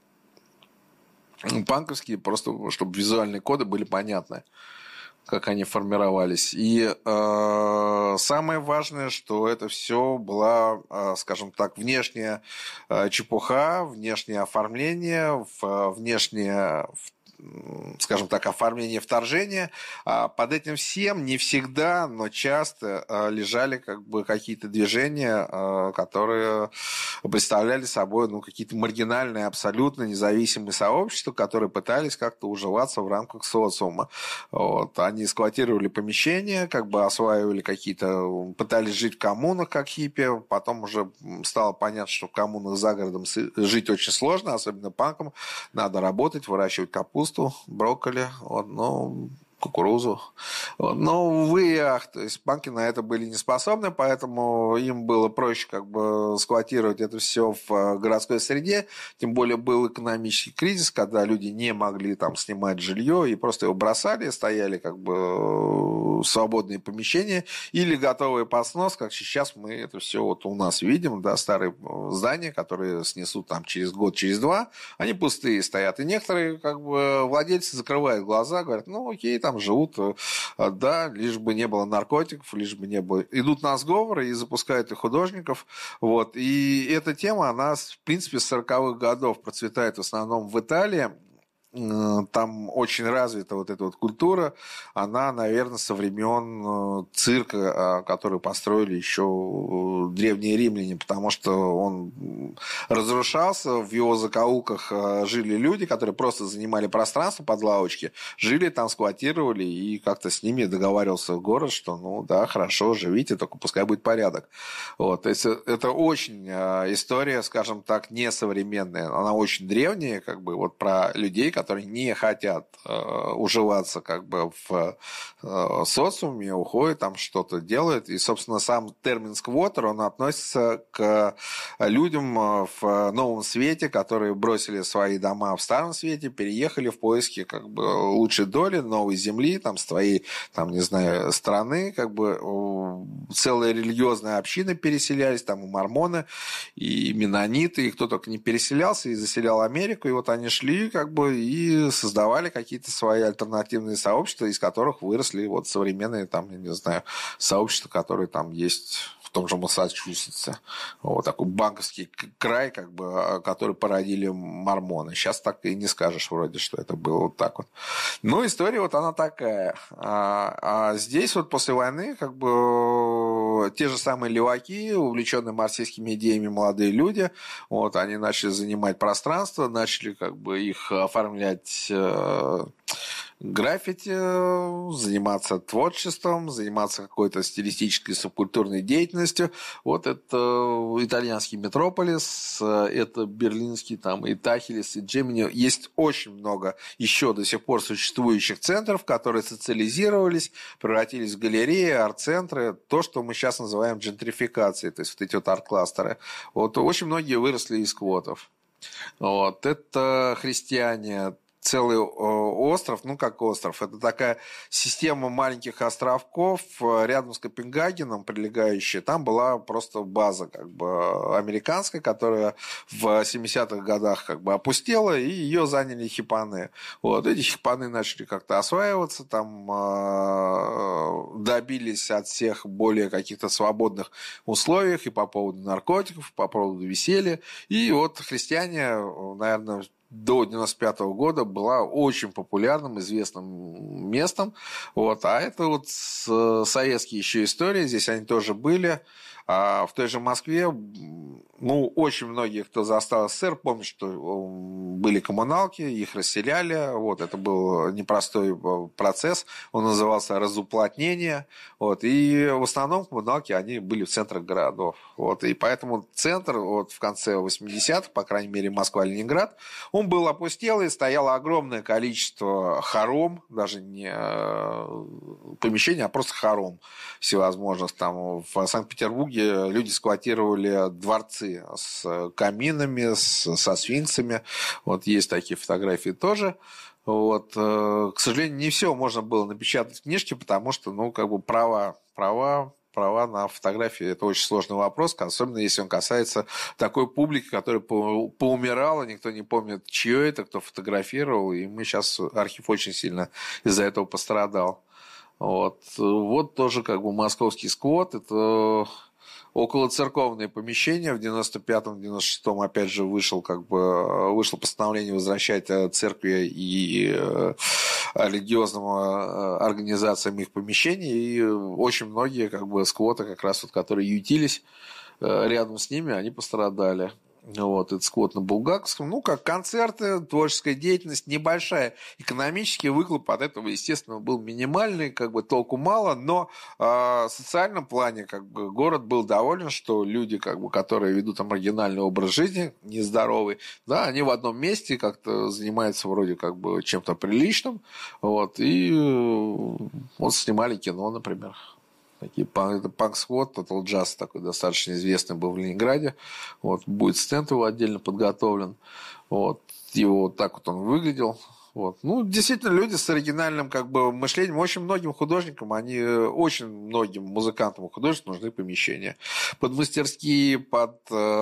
панковские, просто чтобы визуальные коды были понятны, как они формировались. И э, самое важное, что это все была, э, скажем так, внешняя э, чепуха, внешнее оформление, в, внешнее, скажем так, оформление вторжения. А под этим всем не всегда, но часто лежали как бы какие-то движения, которые представляли собой, ну, какие-то маргинальные, абсолютно независимые сообщества, которые пытались как-то уживаться в рамках социума. Вот. Они сквотировали помещения, как бы осваивали какие-то, пытались жить в коммунах, как хиппи. Потом уже стало понятно, что в коммунах за городом жить очень сложно, особенно панкам. Надо работать, выращивать капусту, брокколи, вот, ну, кукурузу. Вот. Но, увы и ах, то есть панки на это были не способны, поэтому им было проще как бы сквотировать это все в городской среде, тем более был экономический кризис, когда люди не могли там снимать жилье и просто его бросали, стояли как бы свободные помещения или готовые под снос, как сейчас мы это все вот у нас видим, да, старые здания, которые снесут там через год, через два, они пустые стоят, и некоторые как бы владельцы закрывают глаза, говорят, ну окей, там живут, да, лишь бы не было наркотиков, лишь бы не было... Идут на сговоры и запускают и художников, вот, и эта тема, она, в принципе, с сороковых годов процветает в основном в Италии, там очень развита вот эта вот культура, она, наверное, со времен цирка, который построили еще древние римляне, потому что он разрушался, в его закоулках жили люди, которые просто занимали пространство под лавочки, жили там, сквотировали, и как-то с ними договаривался город, что, ну да, хорошо, живите, только пускай будет порядок. Вот, то есть это очень история, скажем так, несовременная, она очень древняя, как бы вот про людей, которые которые не хотят э, уживаться как бы в э, социуме, уходят, там что-то делают. И, собственно, сам термин «сквотер», он относится к людям в новом свете, которые бросили свои дома в старом свете, переехали в поиске как бы лучшей доли, новой земли, там, с твоей, там, не знаю, страны, как бы целые религиозные общины переселялись, там и мормоны, и менониты, и кто только не переселялся, и заселял Америку, и вот они шли, как бы, и и создавали какие-то свои альтернативные сообщества, из которых выросли вот современные, там, я не знаю, сообщества, которые там есть в том же Массачусетсе. Вот такой банковский край, как бы, который породили мормоны. Сейчас так и не скажешь вроде, что это было вот так вот. Ну, история вот она такая. А, а здесь вот после войны как бы те же самые леваки, увлеченные марксистскими идеями молодые люди, вот, они начали занимать пространство, начали как бы их оформлять э, граффити, заниматься творчеством, заниматься какой-то стилистической субкультурной деятельностью. Вот это итальянский Метрополис, это берлинский там и Тахилес, и Джемини. Есть очень много еще до сих пор существующих центров, которые социализировались, превратились в галереи, арт-центры, то, что мы сейчас называем джентрификацией, то есть вот эти вот арт-кластеры. Вот очень многие выросли из квотов. Вот. Это христиане, целый остров, ну как остров, это такая система маленьких островков рядом с Копенгагеном прилегающая. Там была просто база как бы американская, которая в семидесятых годах как бы опустела, и ее заняли хипаны. Вот эти хипаны начали как-то осваиваться, там добились от всех более каких-то свободных условиях и по поводу наркотиков, и по поводу веселья. И вот христиане, наверное, до девяносто пятого года была очень популярным, известным местом. Вот. А это вот советские еще истории, здесь они тоже были. А в той же Москве, ну, очень многие, кто застал СССР, помнят, что были коммуналки, их расселяли. Вот. Это был непростой процесс, он назывался разуплотнение. Вот. И в основном коммуналки, они были в центрах городов. Вот. И поэтому центр вот, в конце восьмидесятых, по крайней мере, Москва-Ленинград, он был опустелый, стояло огромное количество хором, даже не помещений, а просто хором всевозможных. Там в Санкт-Петербурге люди сквотировали дворцы с каминами, с, со сфинксами. Вот есть такие фотографии тоже. Вот. К сожалению, не все можно было напечатать в книжке, потому что, ну, как бы права, права, права на фотографии – это очень сложный вопрос, особенно если он касается такой публики, которая поумирала, никто не помнит, чье это, кто фотографировал, и мы сейчас, архив очень сильно из-за этого пострадал. Вот. Вот тоже как бы московский сквот, это околоцерковные помещения. В девяносто пятом — девяносто шестом опять же вышел, как бы, вышло постановление возвращать церкви и религиозным организациям их помещений. И очень многие как бы, сквоты, как раз вот, которые ютились рядом с ними, они пострадали. Вот, это сквот на Булгаковском. Ну, как концерты, творческая деятельность небольшая. Экономический выхлоп от этого, естественно, был минимальный, как бы толку мало, но э, в социальном плане как бы, город был доволен, что люди, как бы, которые ведут там маргинальный образ жизни, нездоровый, да, они в одном месте как-то занимаются вроде как бы чем-то приличным, вот, и э, вот снимали кино, например. Такие, это панк-сквот, Total Jazz такой достаточно известный был в Ленинграде. Вот, будет стенд его отдельно подготовлен. Вот, его вот так вот он выглядел. Вот. Ну, действительно, люди с оригинальным как бы, мышлением, очень многим художникам, они, очень многим музыкантам и художникам нужны помещения. Под мастерские, под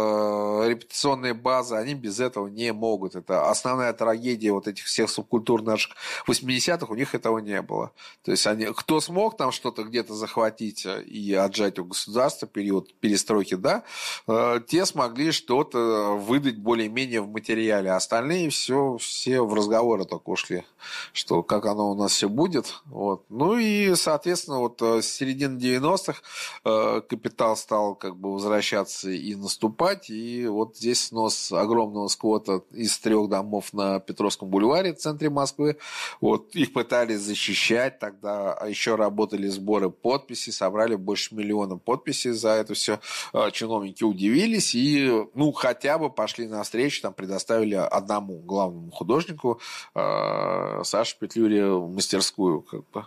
э, репетиционные базы, они без этого не могут. Это основная трагедия вот этих всех субкультур наших восьмидесятых, у них этого не было. То есть, они, кто смог там что-то где-то захватить и отжать у государства, период перестройки, да, э, те смогли что-то выдать более-менее в материале. А остальные все, все в разговоры только ушли, что как оно у нас все будет. Вот. Ну и, соответственно, вот с середины девяностых э, капитал стал как бы возвращаться и наступать, и вот здесь снос огромного сквота из трех домов на Петровском бульваре в центре Москвы. Вот. Их пытались защищать тогда, а еще работали сборы подписей, собрали больше миллиона подписей за это все. Э, чиновники удивились и, ну, хотя бы пошли навстречу, там предоставили одному главному художнику э, Саше Петлюре мастерскую, как бы.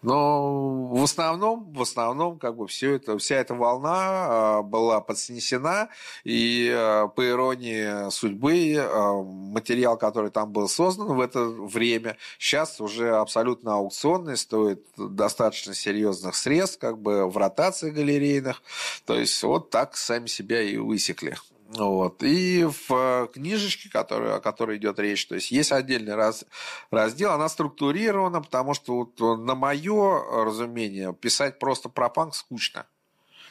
Но в основном, в основном, как бы все это, вся эта волна была подснесена, и по иронии судьбы материал, который там был создан в это время, сейчас уже абсолютно аукционный, стоит достаточно серьезных средств, как бы в ротации галерейных. То есть вот так сами себя и высекли. Вот. И в книжечке, которая, о которой идет речь, то есть есть отдельный раз, раздел, она структурирована, потому что вот на мое разумение писать просто про панк скучно.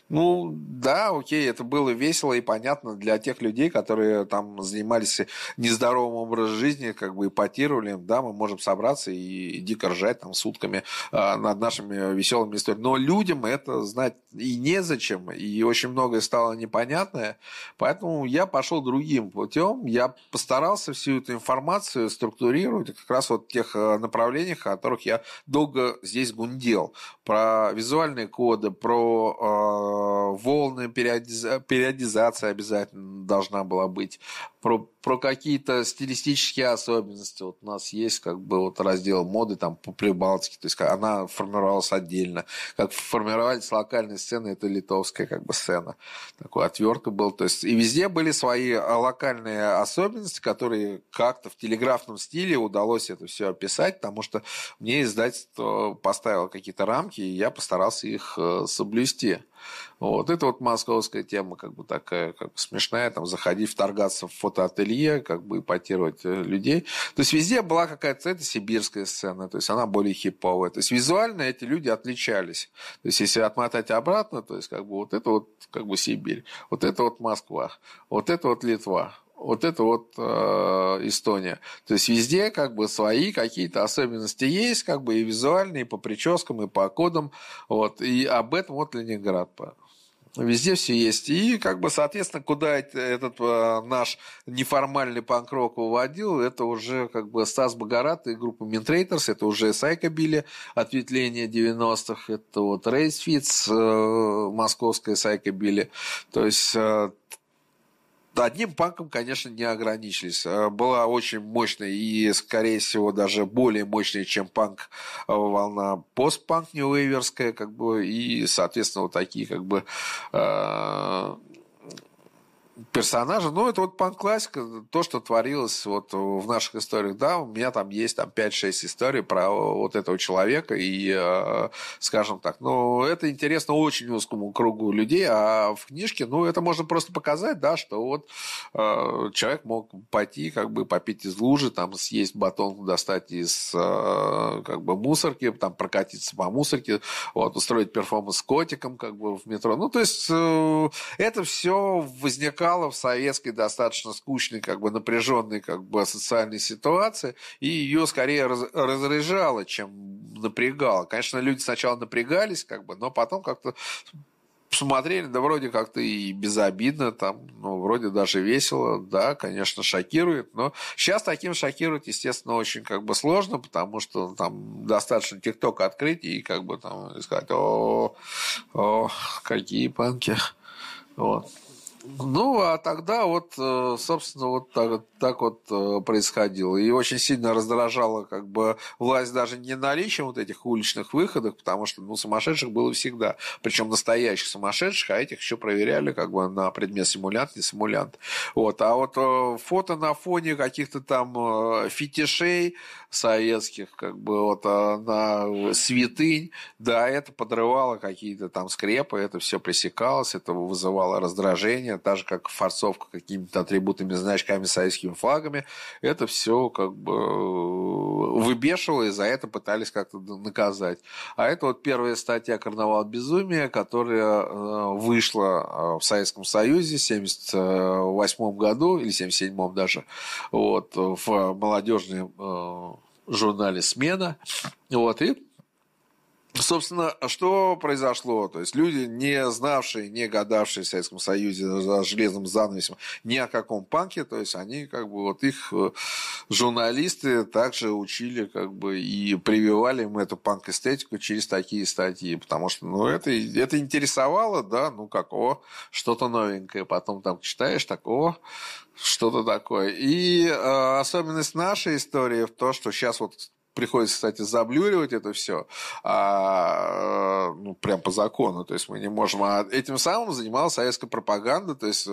Ну, да, окей, это было весело и понятно для тех людей, которые там занимались нездоровым образом жизни, как бы ипотировали, да, мы можем собраться и дико ржать там сутками э, над нашими веселыми историями. Но людям это знать и незачем, и очень многое стало непонятное, поэтому я пошел другим путем, я постарался всю эту информацию структурировать как раз вот в тех направлениях, о которых я долго здесь гундел, про визуальные коды, про э, волны, периодиза... периодизация обязательно должна была быть, про, про какие-то стилистические особенности. Вот у нас есть как бы вот раздел моды там по Прибалтике, то есть она формировалась отдельно. Как формировались локальные сцены, это литовская как бы сцена. Такой отвертка был. То есть и везде были свои локальные особенности, которые как-то в телеграфном стиле удалось это все описать, потому что мне издательство поставило какие-то рамки, и я постарался их соблюсти. Вот. Это вот московская тема, как бы такая как бы смешная, там заходить, вторгаться в фотоателье, как бы ипотировать людей. То есть везде была какая-то, это сибирская сцена, то есть она более хиповая. То есть визуально эти люди отличались. То есть если отмотать обратно, то есть как бы вот это вот как бы Сибирь, вот это вот Москва, вот это вот Литва. Вот это вот э, Эстония. То есть везде как бы свои какие-то особенности есть, как бы и визуальные, и по прическам, и по кодам. Вот. И об этом вот Ленинград. Везде все есть. И, как бы, соответственно, куда этот э, наш неформальный панк-рок уводил, это уже, как бы, Стас Богорат и группа Минтрейтерс, это уже Сайкобили, ответвление девяностых, это вот Рейс Фитц, э, московская Сайкобили. То есть... Э, Одним панком, конечно, не ограничились. Была очень мощная и, скорее всего, даже более мощная, чем панк, волна постпанк нью-вейверская, как бы, и, соответственно, вот такие, как бы, персонажи. Ну, это вот панк-классика, то, что творилось вот в наших историях. Да, у меня там есть там пять-шесть историй про вот этого человека, и, скажем так, ну, это интересно очень узкому кругу людей, а в книжке, ну, это можно просто показать, да, что вот человек мог пойти, как бы, попить из лужи, там, съесть батон, достать из, как бы, мусорки, там, прокатиться по мусорке, вот, устроить перформанс с котиком, как бы, в метро. Ну, то есть, это все возникало в советской достаточно скучной, как бы напряженной, как бы социальной ситуации, и ее скорее раз, разряжало, чем напрягало. Конечно, люди сначала напрягались, как бы, но потом как-то посмотрели, да вроде как-то и безобидно, там, ну, вроде даже весело, да, конечно, шокирует, но сейчас таким шокировать, естественно, очень как бы сложно, потому что там достаточно ТикТок открыть и как бы там сказать, о, о, какие панки, вот. Ну, а тогда вот, собственно, вот так, так вот происходило. И очень сильно раздражала как бы власть даже не наличием вот этих уличных выходов, потому что, ну, сумасшедших было всегда. Причем настоящих сумасшедших, а этих еще проверяли как бы на предмет симулянт, не симулянт. Вот. А вот фото на фоне каких-то там фетишей советских, как бы вот на святынь, да, это подрывало какие-то там скрепы, это все пресекалось, это вызывало раздражение, так же, как форцовка какими-то атрибутами, значками, советскими флагами, это все как бы выбешивало, и за это пытались как-то наказать. А это вот первая статья «Карнавал безумия», которая вышла в Советском Союзе в семьдесят восьмом году, или семьдесят седьмом даже, вот, в молодежном журнале «Смена». Вот, и собственно, что произошло? То есть люди, не знавшие, не гадавшие в Советском Союзе за железным занавесом ни о каком панке, то есть они как бы вот их журналисты также учили как бы и прививали им эту панк-эстетику через такие статьи, потому что ну, это, это интересовало, да, ну как, о, что-то новенькое, потом там читаешь, так, о, что-то такое. И э, особенность нашей истории в том, что сейчас вот приходится, кстати, заблюривать это все, а, ну, прям по закону, то есть мы не можем, а этим самым занималась советская пропаганда, то есть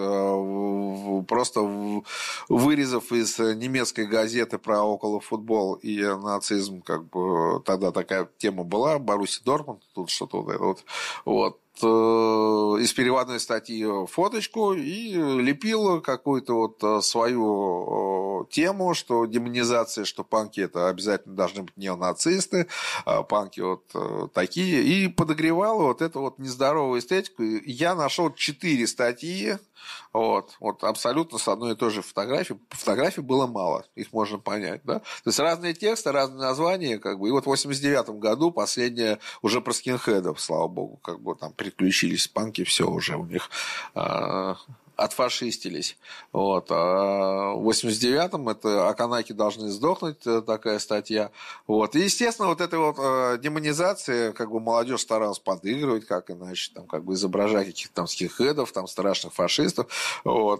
просто вырезав из немецкой газеты про околофутбол и нацизм, как бы тогда такая тема была, Боруссия Дортмунд, тут что-то вот это вот, вот, из переводной статьи фоточку и лепила какую-то вот свою эту тему, что демонизация, что панки это обязательно должны быть неонацисты, а панки вот такие, и подогревала вот эту вот нездоровую эстетику. Я нашел четыре статьи, вот, вот абсолютно с одной и той же фотографией. Фотографий было мало, их можно понять, да. То есть разные тексты, разные названия, как бы. И вот в восемьдесят девятом году последнее уже про скинхедов, слава богу, как бы там переключились панки, все уже у них а, отфашистились. Вот. А в восемьдесят девятом это «Аканаки должны сдохнуть», такая статья. Вот. И, естественно, вот эта вот демонизация, как бы молодежь старалась подыгрывать, как иначе, там, как бы изображать каких-то там скинхедов, там, страшных фашистов. Вот.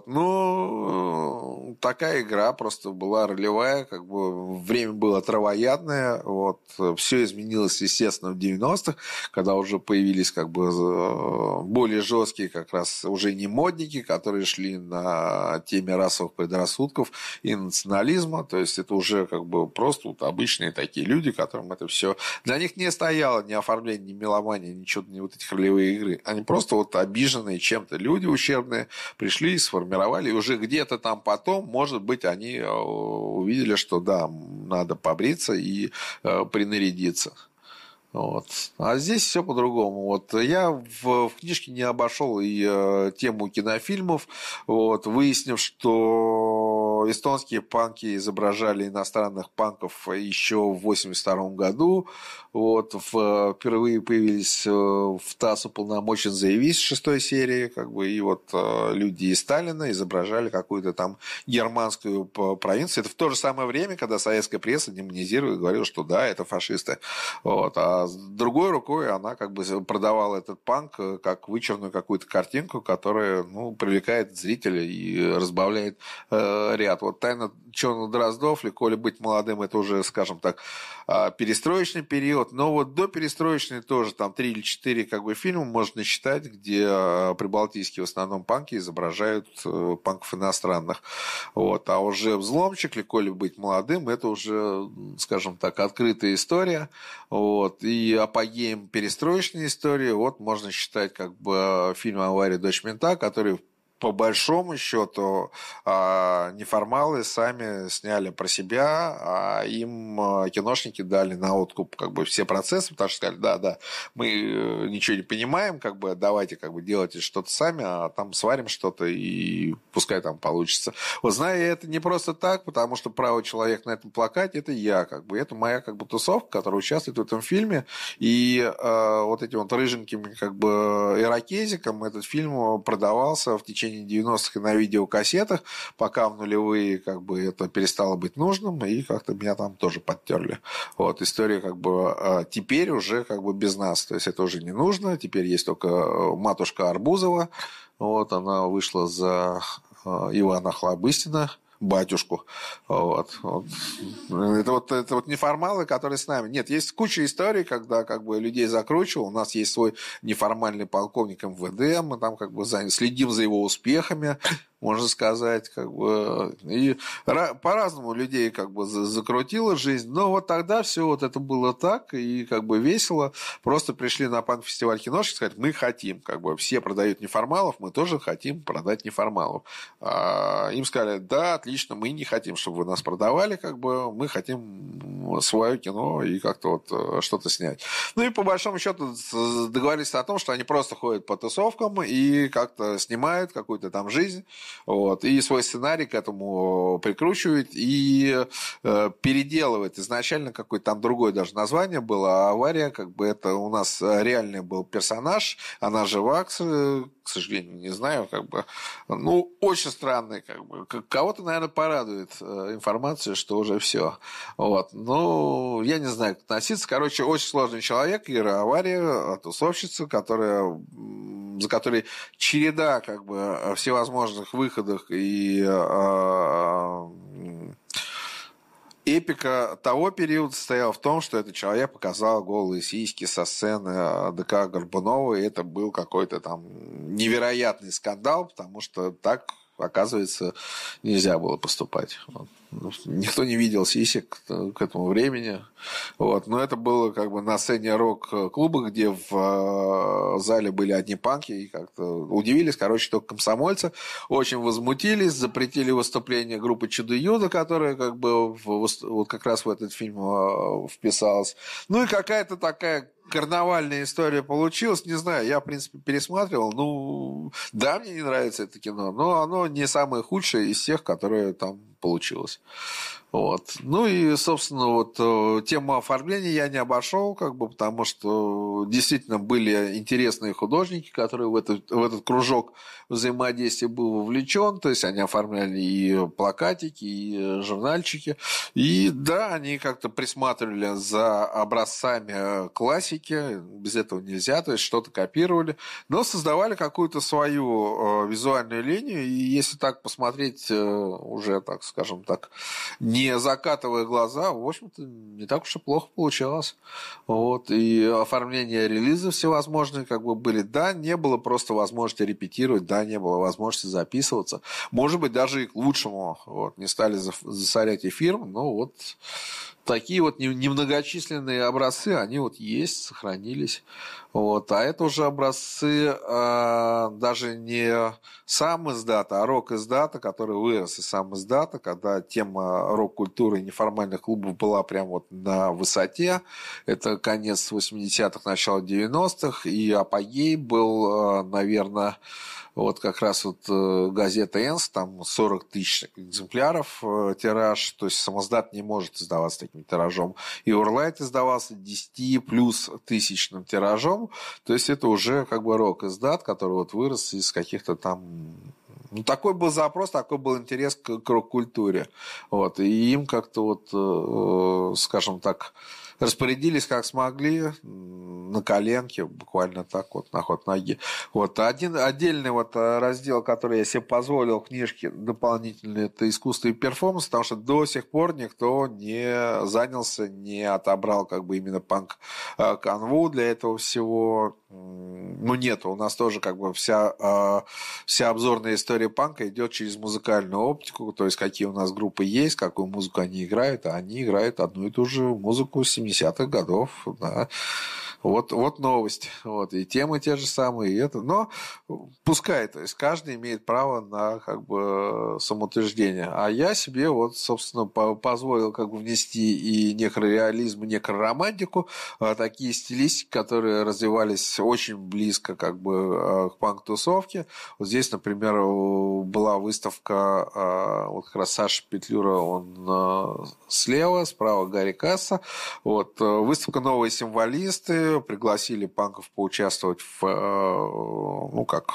Ну, такая игра просто была ролевая, как бы время было травоядное. Вот. Все изменилось, естественно, в девяностых, когда уже появились как бы более жесткие как раз уже не модники, которые которые шли на теме расовых предрассудков и национализма. То есть это уже как бы просто вот обычные такие люди, которым это все... Для них не стояло ни оформление, ни меломания, ничего, ни вот этих ролевые игры. Они просто вот обиженные чем-то люди ущербные пришли, сформировали. И уже где-то там потом, может быть, они увидели, что да, надо побриться и э, принарядиться. Вот. А здесь все по-другому. Вот. Я в, в книжке не обошел и э, тему кинофильмов, вот, выяснив, что эстонские панки изображали иностранных панков еще в восемьдесят втором году. Вот, в, впервые появились в ТАСС уполномочен заявить в шестой серии, как бы, и вот э, люди из Сталина изображали какую-то там германскую провинцию. Это в то же самое время, когда советская пресса демонизировала и говорила, что да, это фашисты. Вот. А с другой рукой она как бы продавала этот панк как вычурную какую-то картинку, которая, ну, привлекает зрителя и разбавляет э, ряд. Вот «Тайна Чона Дроздов» или «Коли быть молодым» — это уже, скажем так, перестроечный период. Но вот до перестроечной тоже там три или четыре как бы фильма можно считать, где прибалтийские в основном панки изображают панков иностранных. Вот. А уже «Взломчик» или «Коли быть молодым» — это уже, скажем так, открытая история. Вот. И апогеем перестроечной истории вот можно считать как бы фильм «Авария. Дочь мента», который по большому счету неформалы сами сняли про себя, а им киношники дали на откуп как бы все процессы, потому что сказали, да, да, мы ничего не понимаем, как бы давайте как бы делайте что-то сами, а там сварим что-то и пускай там получится. Вот знаю я это не просто так, потому что правый человек на этом плакате — это я, как бы, это моя как бы тусовка, которая участвует в этом фильме, и э, вот этим вот рыженьким как бы ирокезиком этот фильм продавался в течение девяностых и на видеокассетах, пока в нулевые как бы это перестало быть нужным, и как-то меня там тоже подтерли. Вот, история как бы теперь уже как бы без нас, то есть это уже не нужно, теперь есть только матушка Арбузова, вот, она вышла за Ивана Охлобыстина, батюшку. Вот. Вот. Это, вот, это вот неформалы, которые с нами. Нет, есть куча историй, когда как бы людей закручивал. У нас есть свой неформальный полковник эм вэ дэ, мы там как бы следим за его успехами, можно сказать, как бы, и по-разному людей как бы закрутила жизнь, но вот тогда все вот это было так, и как бы весело, просто пришли на панк-фестиваль киношек, сказать, мы хотим, как бы, все продают неформалов, мы тоже хотим продать неформалов. А им сказали, да, отлично, мы не хотим, чтобы вы нас продавали, как бы, мы хотим свое кино и как-то вот что-то снять. Ну и по большому счету договорились о том, что они просто ходят по тусовкам и как-то снимают какую-то там жизнь, вот, и свой сценарий к этому прикручивает и э, переделывает. Изначально какое-то там другое даже название было, а «Авария», как бы, это у нас реальный был персонаж, она жива, к, к сожалению, не знаю, как бы, ну, очень странный, как бы, кого-то, наверное, порадует э, информация, что уже все. Вот, ну, я не знаю, как относиться. Короче, очень сложный человек, Ира Авария, тусовщица, которая, за которой череда, как бы, всевозможных выходах и э, эпика того периода состояла в том, что этот человек показал голые сиськи со сцены ДК Горбунова, и это был какой-то там невероятный скандал, потому что так, оказывается, нельзя было поступать. Вот. никто не видел сисек к этому времени. Вот. Но это было как бы на сцене рок-клуба, где в зале были одни панки, и как-то удивились, короче, только комсомольцы. Очень возмутились, запретили выступление группы Чудо-Юдо, которая как бы в, вот как раз в этот фильм вписалась. Ну и какая-то такая карнавальная история получилась, не знаю, я, в принципе, пересматривал, ну, да, мне не нравится это кино, но оно не самое худшее из всех, которое там получилось. Вот. Ну и, собственно, вот тему оформления я не обошел, как бы, потому что действительно были интересные художники, которые в этот, в этот кружок взаимодействия был вовлечен, то есть они оформляли и плакатики, и журнальчики, и да, они как-то присматривали за образцами классики, без этого нельзя, то есть что-то копировали, но создавали какую-то свою визуальную линию, и если так посмотреть уже, так скажем так, не закатывая глаза, в общем-то, не так уж и плохо получалось. Вот. И оформление релизов всевозможные как бы были. Да, не было просто возможности репетировать, да, не было возможности записываться. Может быть, даже и к лучшему. Вот. Не стали засорять эфир, но вот такие вот немногочисленные образцы, они вот есть, сохранились. Вот. А это уже образцы э, даже не сам издата, а рок-издата, который вырос из сам издата, когда тема рок-культуры и неформальных клубов была прям вот на высоте. Это конец восьмидесятых, начало девяностых, и апогей был, э, наверное, вот как раз вот газета «Энс», там сорок тысяч экземпляров тираж, то есть самоздат не может издаваться таким тиражом. И «Урлайт» издавался десять плюс тысячным тиражом, то есть это уже как бы рок-издат, который вот вырос из каких-то там... Ну, такой был запрос, такой был интерес к, к рок-культуре. Вот. И им как-то вот, э, скажем так, распорядились как смогли, на коленке, буквально так вот, на ход ноги. Вот. Один отдельный вот раздел, который я себе позволил в книжке дополнительный, это искусство и перформанс, потому что до сих пор никто не занялся, не отобрал как бы именно панк-канву для этого всего. Ну, нет, у нас тоже как бы вся, вся обзорная история панка идет через музыкальную оптику, то есть какие у нас группы есть, какую музыку они играют, а они играют одну и ту же музыку семидесятых годов, да. Вот, вот новость. Вот. И темы те же самые, и это. Но пускай, то есть каждый имеет право на как бы самоутверждение. А я себе вот, собственно, позволил как бы внести и некрореализм, и некроромантику, такие стилистики, которые развивались очень близко как бы к панк-тусовке. Вот здесь, например, была выставка вот как раз Саши Петлюра, он слева, справа Гарри Касса. Вот. Выставка «Новые символисты». Пригласили панков поучаствовать в, ну как,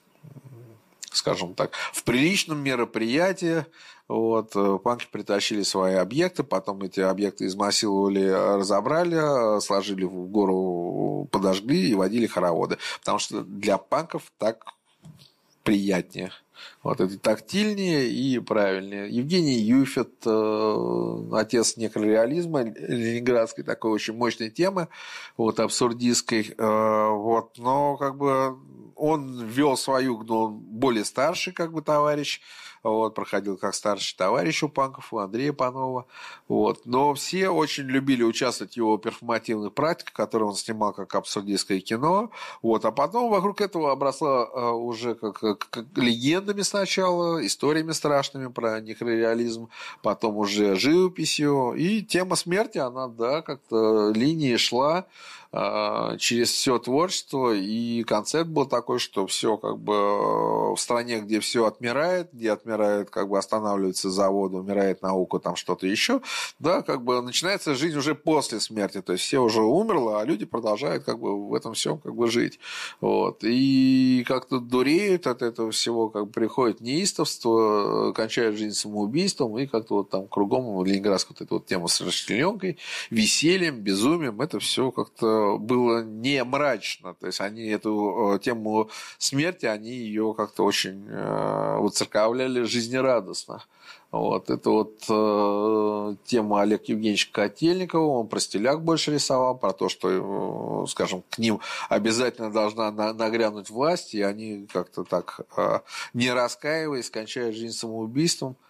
скажем так, в приличном мероприятии. Вот, панки притащили свои объекты, потом эти объекты измассировали, разобрали, сложили в гору, подожгли и водили хороводы. Потому что для панков так приятнее. Вот это тактильнее и правильнее. Евгений Юфет, э, отец некрореализма, ленинградской такой очень мощной темы, вот, абсурдистской. Э, вот, но как бы он вел свою, но он более старший как бы товарищ. Вот, проходил как старший товарищ у панков, у Андрея Панова. Вот. Но все очень любили участвовать в его перформативных практиках, которые он снимал как абсурдистское кино. Вот. А потом вокруг этого обросла а, уже как, как, как легендами сначала, историями страшными про некрореализм, потом уже живописью. И тема смерти, она, да, как-то линией шла через все творчество, и концепт был такой, что все как бы в стране, где все отмирает, где отмирает, как бы останавливаются заводы, умирает наука, там что-то еще, да, как бы начинается жизнь уже после смерти, то есть все уже умерло, а люди продолжают как бы в этом всем как бы жить, вот, и как-то дуреют от этого всего, как бы приходит неистовство, кончают жизнь самоубийством, и как-то вот там кругом ленинградская вот эта вот тема с расчлененкой, весельем, безумием, это все как-то было не мрачно, то есть они эту тему смерти, они ее как-то очень выцерковляли жизнерадостно. Вот. Это вот э, тема Олега Евгеньевича Котельникова, он про стиляк больше рисовал, про то, что, э, скажем, к ним обязательно должна на, нагрянуть власть, и они как-то так, э, не раскаиваясь, кончают жизнь самоубийством.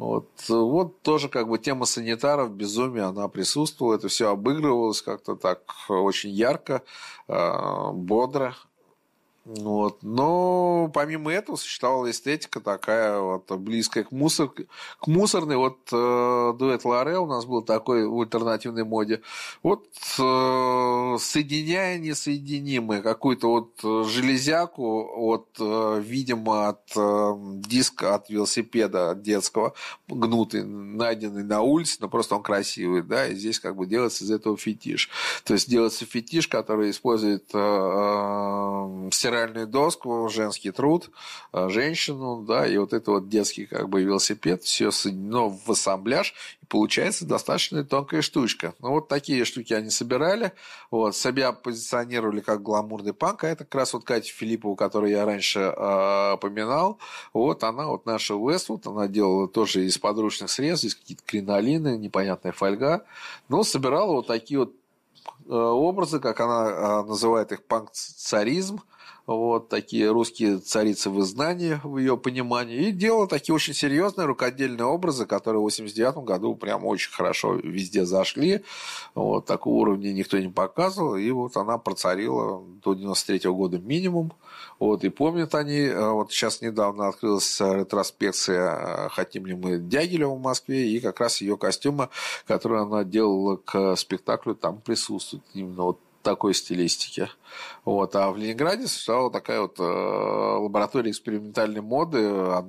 Вот, вот тоже как бы тема санитаров, безумия, она присутствовала, это все обыгрывалось как-то так очень ярко, бодро. Вот. Но помимо этого существовала эстетика такая вот близкая к, мусор, к мусорной. Вот э, дуэт Лоре у нас был такой в альтернативной моде. Вот э, соединяя несоединимое, какую-то вот железяку, от, э, видимо, от э, диска от велосипеда от детского, гнутый, найденный на улице, но просто он красивый, да, и здесь как бы делается из этого фетиш. То есть делается фетиш, который использует э, э, стиральную доску, женский труд, женщину, да, и вот это вот детский как бы велосипед, все соединено в ассамбляж, и получается достаточно тонкая штучка. Ну, вот такие штуки они собирали, вот, себя позиционировали как гламурный панк, а это как раз вот Катя Филиппова, которую я раньше э, поминал, вот она, вот наша Westwood, она делала тоже из подручных средств, здесь какие-то кринолины, непонятная фольга, но собирала вот такие вот э, образы, как она э, называет их, панк-царизм, вот такие русские царицы в изгнании в ее понимании, и делала такие очень серьезные рукодельные образы, которые в восемьдесят девятом году прям очень хорошо везде зашли, вот такого уровня никто не показывал, и вот она процарила до девяносто третьего года минимум, вот, и помнят они, вот сейчас недавно открылась ретроспекция «Хотим ли мы Дягилева» в Москве, и как раз ее костюмы, которые она делала к спектаклю, там присутствуют именно вот такой стилистики. Вот. А в Ленинграде существовала такая вот э, лаборатория экспериментальной моды.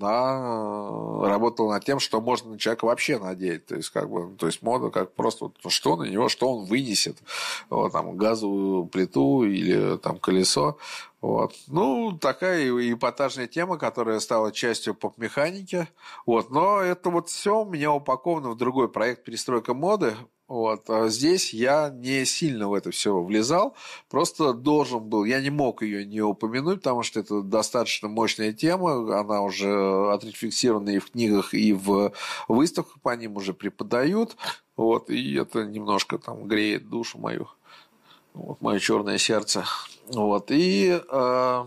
Она работала над тем, что можно на человека вообще надеть. То есть, как бы, то есть мода как просто вот, что на него, что он вынесет. Вот, там, газовую плиту или там, колесо. Вот. Ну, такая эпатажная тема, которая стала частью поп-механики. Вот. Но это вот все у меня упаковано в другой проект «Перестройка моды». Вот. А здесь я не сильно в это все влезал, просто должен был, я не мог ее не упомянуть, потому что это достаточно мощная тема, она уже отрефлексирована и в книгах, и в выставках по ним уже преподают, вот, и это немножко там греет душу мою, вот, мое черное сердце. Вот. И э,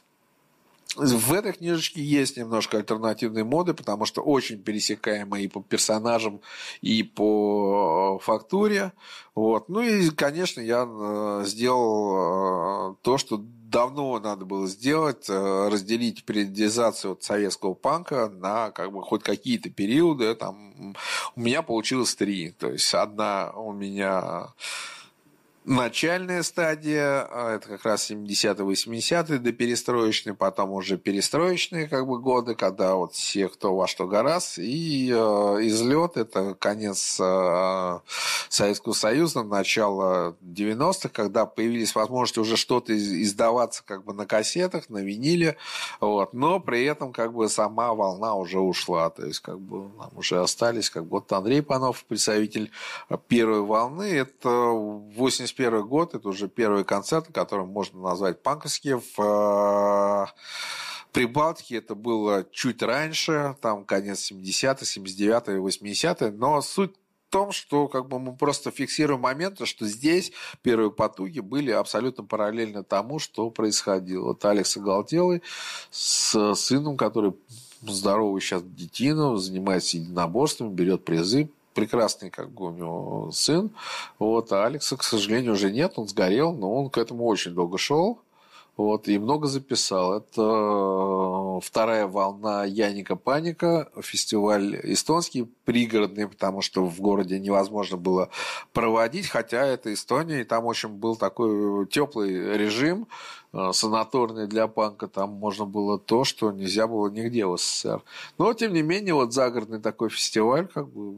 в этой книжечке есть немножко альтернативной моды, потому что очень пересекаемые и по персонажам, и по фактуре. Вот. Ну и, конечно, я сделал то, что давно надо было сделать, разделить периодизацию от советского панка на как бы хоть какие-то периоды. Там, у меня получилось три. То есть одна у меня начальная стадия, это как раз семидесятые, восьмидесятые, до перестроечной, потом уже перестроечные как бы годы, когда вот все кто во что гораздо, и э, излет, это конец э, Советского Союза, начало девяностых, когда появились возможности уже что-то издаваться как бы на кассетах, на виниле, вот, но при этом как бы сама волна уже ушла, то есть как бы нам уже остались, как бы вот Андрей Панов, представитель первой волны, это восемьдесят первый год, это уже первый концерт, который можно назвать панковским. В Прибалтике это было чуть раньше, там конец семидесятых, семьдесят девятые, восьмидесятые, но суть в том, что как бы мы просто фиксируем моменты, что здесь первые потуги были абсолютно параллельно тому, что происходило. Вот Алекс Оголтелый с сыном, который здоровый сейчас детина, занимается единоборством, берет призы, прекрасный как бы у него сын, вот, а Алекса, к сожалению, уже нет, он сгорел, но он к этому очень долго шел, вот, и много записал. Это вторая волна Яника Паника, фестиваль эстонский, пригородный, потому что в городе невозможно было проводить, хотя это Эстония, и там очень был такой теплый режим, санаторный для панка, там можно было то, что нельзя было нигде в СССР. Но, тем не менее, вот загородный такой фестиваль, как бы,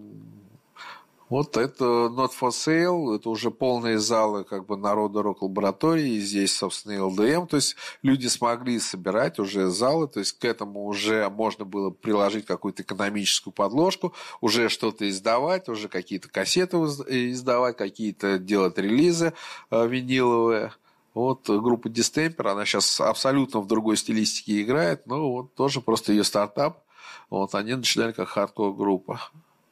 вот это Not for Sale, это уже полные залы как бы народа рок-лаборатории, здесь, собственно, эл дэ эм, то есть люди смогли собирать уже залы, то есть к этому уже можно было приложить какую-то экономическую подложку, уже что-то издавать, уже какие-то кассеты издавать, какие-то делать релизы виниловые. Вот группа Distemper, она сейчас абсолютно в другой стилистике играет, но вот тоже просто ее стартап, вот они начинали как хардкор-группа.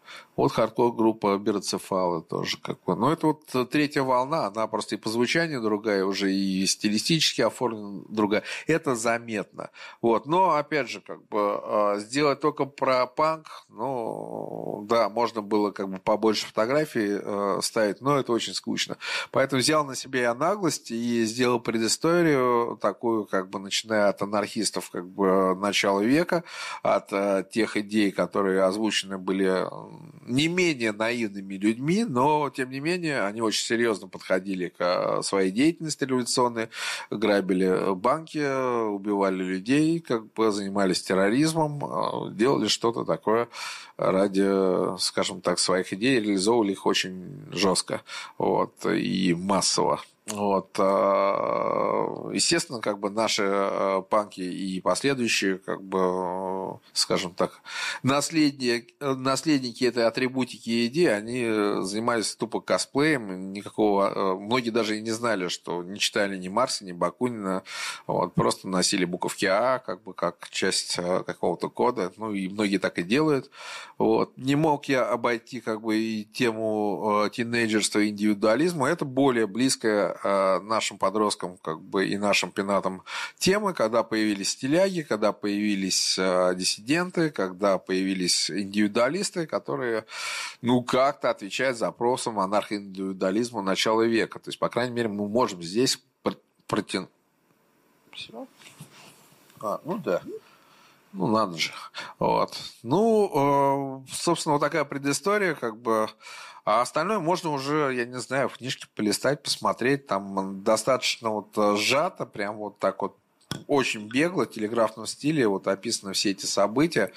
Вот хардкор-группа Бироцефалы тоже как бы. Но это вот третья волна, она просто и по звучанию другая уже, и стилистически оформлена другая. Это заметно. Вот. Но, опять же, как бы сделать только про панк, ну, да, можно было как бы побольше фотографий ставить, но это очень скучно. Поэтому взял на себя я наглость и сделал предысторию такую, как бы, начиная от анархистов как бы начала века, от тех идей, которые озвучены были не менее наивными людьми, но, тем не менее, они очень серьезно подходили к своей деятельности революционной, грабили банки, убивали людей, как бы занимались терроризмом, делали что-то такое ради, скажем так, своих идей, реализовывали их очень жестко, вот, и массово. Вот. Естественно, как бы наши панки и последующие, как бы, скажем так, наследники, наследники этой атрибутики и идеи, они занимались тупо косплеем, никакого, многие даже и не знали, что не читали ни Маркса, ни Бакунина, вот, просто носили буковки А, как бы, как часть какого-то кода, ну, и многие так и делают. Вот. Не мог я обойти, как бы, и тему тинейджерства и индивидуализма, это более близкая нашим подросткам, как бы, и нашим пенатам темы, когда появились стиляги, когда появились диссиденты, когда появились индивидуалисты, которые, ну, как-то отвечают запросам анархоиндивидуализма начала века. То есть, по крайней мере, мы можем здесь протянуть. Все? А, ну да. Ну, надо же. Вот. Ну, собственно, вот такая предыстория, как бы. А остальное можно уже, я не знаю, в книжке полистать, посмотреть. Там достаточно вот сжато, прям вот так вот очень бегло, в телеграфном стиле вот описаны все эти события.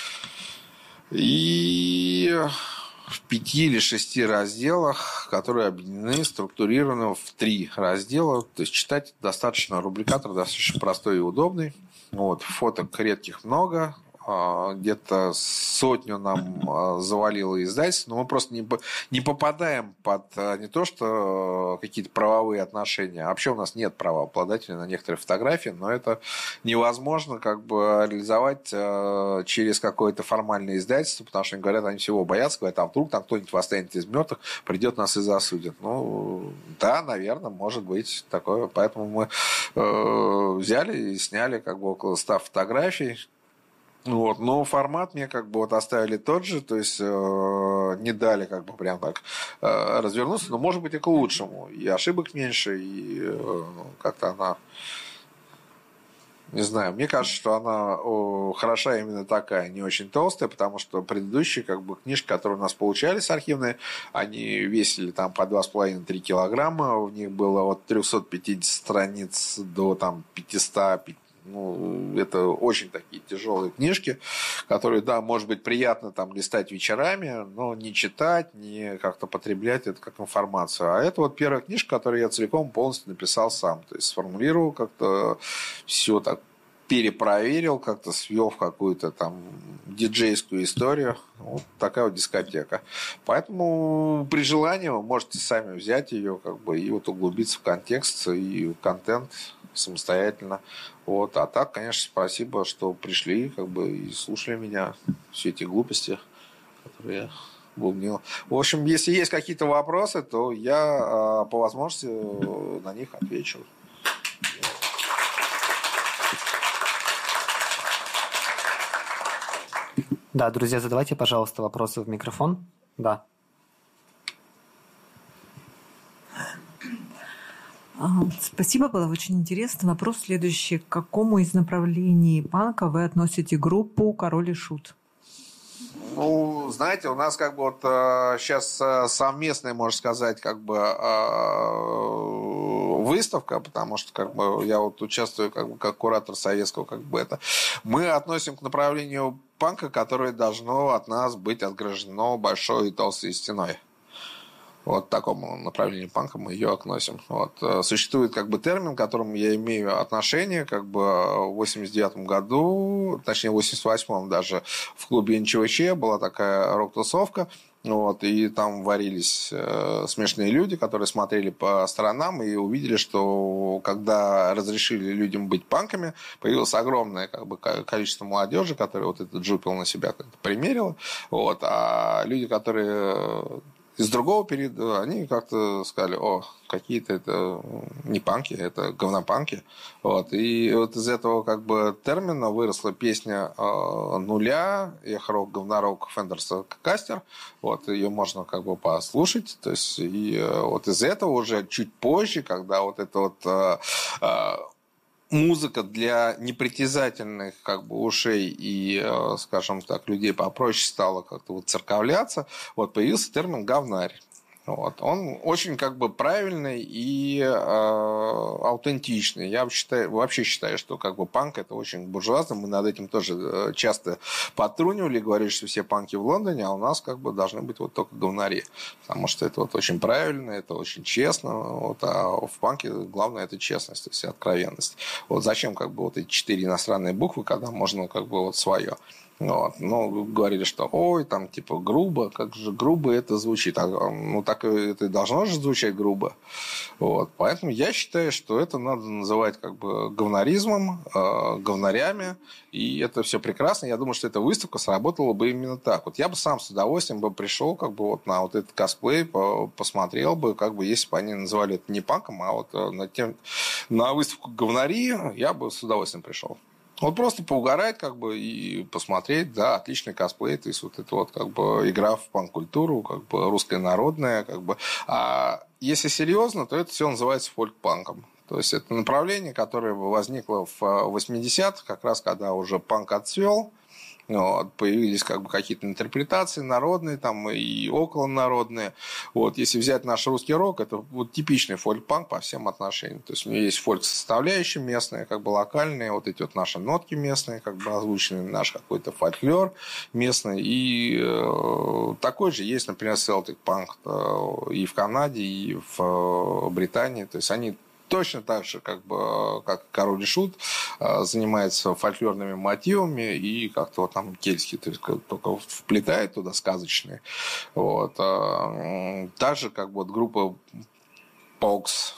И в пяти или шести разделах, которые объединены, структурированы в три раздела. То есть читать достаточно, рубрикатор достаточно простой и удобный. Вот, фоток редких много. Где-то сотню нам завалило издательство, но мы просто не, не попадаем под не то, что какие-то правовые отношения, а вообще у нас нет правообладателя на некоторые фотографии, но это невозможно как бы реализовать через какое-то формальное издательство, потому что они говорят, они всего боятся, говорят, а вдруг там кто-нибудь восстанет из мертвых, придет нас и засудит. Ну, да, наверное, может быть такое. Поэтому мы э, взяли и сняли как бы около ста фотографий. Вот, но формат мне как бы вот оставили тот же, то есть э, не дали как бы прям так э, развернуться, но может быть и к лучшему. И ошибок меньше, и э, как-то она, не знаю, мне кажется, что она о, хороша именно такая, не очень толстая, потому что предыдущие как бы книжки, которые у нас получались архивные, они весили там по два с половиной - три килограмма, в них было от трёхсот пятидесяти страниц до там пятисот. Ну, это очень такие тяжелые книжки, которые, да, может быть, приятно там листать вечерами, но не читать, не как-то потреблять это как информацию. А это вот первая книжка, которую я целиком полностью написал сам. То есть сформулировал как-то все так, перепроверил, как-то свел в какую-то там диджейскую историю. Вот такая вот дискотека. Поэтому при желании вы можете сами взять ее как бы, и вот углубиться в контекст и в контент самостоятельно. Вот. А так, конечно, спасибо, что пришли как бы, и слушали меня, все эти глупости, которые я бубнил. В общем, если есть какие-то вопросы, то я по возможности на них отвечу. Да, друзья, задавайте, пожалуйста, вопросы в микрофон. Да. Спасибо, было очень интересно. Вопрос следующий. К какому из направлений панка вы относите группу «Король и Шут»? Ну, знаете, у нас как бы вот сейчас совместная, можно сказать, как бы выставка, потому что как бы я вот участвую как бы как куратор советского как бы это. Мы относим к направлению панка, которое должно от нас быть отгражено большой и толстой стеной. Вот к такому направлению панка мы ее относим. Вот. Существует как бы термин, к которому я имею отношение, как бы в восемьдесят девятом году, точнее в восемьдесят восьмом даже в клубе эн че вэ че была такая рок-тусовка, Вот, и там варились э, смешные люди, которые смотрели по сторонам и увидели, что когда разрешили людям быть панками, появилось огромное как бы, количество молодежи, которая вот этот джупил на себя как-то примерила. Вот, а люди, которые из другого периода, они как-то сказали: о, какие-то это не панки, это говнопанки. Вот. И вот из этого как бы термина выросла песня э, «Нуля», «Эхо-рок», «Говнорок» Фендерса Кастер. Вот. Ее можно как бы послушать. То есть, и э, вот из этого уже чуть позже, когда вот это вот э, э, музыка для непритязательных как бы ушей и, скажем так, людей попроще стала как-то вот церковляться, вот появился термин «говнарь». Вот. Он очень как бы правильный и э, аутентичный. Я считаю, вообще считаю, что как бы панк это очень буржуазно. Мы над этим тоже часто потрунивали, говорили, что все панки в Лондоне, а у нас как бы должны быть вот только говнари. Потому что это вот очень правильно, это очень честно. Вот, а в панке главное это честность, то есть откровенность. Вот зачем как бы вот эти четыре иностранные буквы, когда можно как бы вот свое. Вот. Ну, говорили, что ой, там типа грубо, как же грубо это звучит. А, ну, так это и должно же звучать грубо. Вот. Поэтому я считаю, что это надо называть как бы говнаризмом, э, говнарями. И это все прекрасно. Я думаю, что эта выставка сработала бы именно так. Вот я бы сам с удовольствием бы пришел как бы вот на вот этот косплей, посмотрел бы, как бы если бы они называли это не панком, а вот на, тем, на выставку говнари, я бы с удовольствием пришел. Вот просто поугарать, как бы, и посмотреть, да, отличный косплей, то есть вот это вот, как бы, игра в панк-культуру, как бы, русская народная, как бы. А если серьезно, то это все называется фольк-панком. То есть это направление, которое возникло в восьмидесятых, как раз когда уже панк отцвел. Вот, появились как бы какие-то интерпретации народные там, и околонародные. Вот, если взять наш русский рок, это вот типичный фольк-панк по всем отношениям. То есть у него есть фольк-составляющая местная, как бы локальные, вот эти вот наши нотки местные, как бы озвученные, наш какой-то фольклор местный. И э, такой же есть, например, Celtic панк и в Канаде, и в Британии. То есть они точно так же, как бы, как Король и Шут, занимается фольклорными мотивами и как-то вот там кельтские, то есть только вплетает туда сказочные. Вот. Также как бы вот группа Паукс,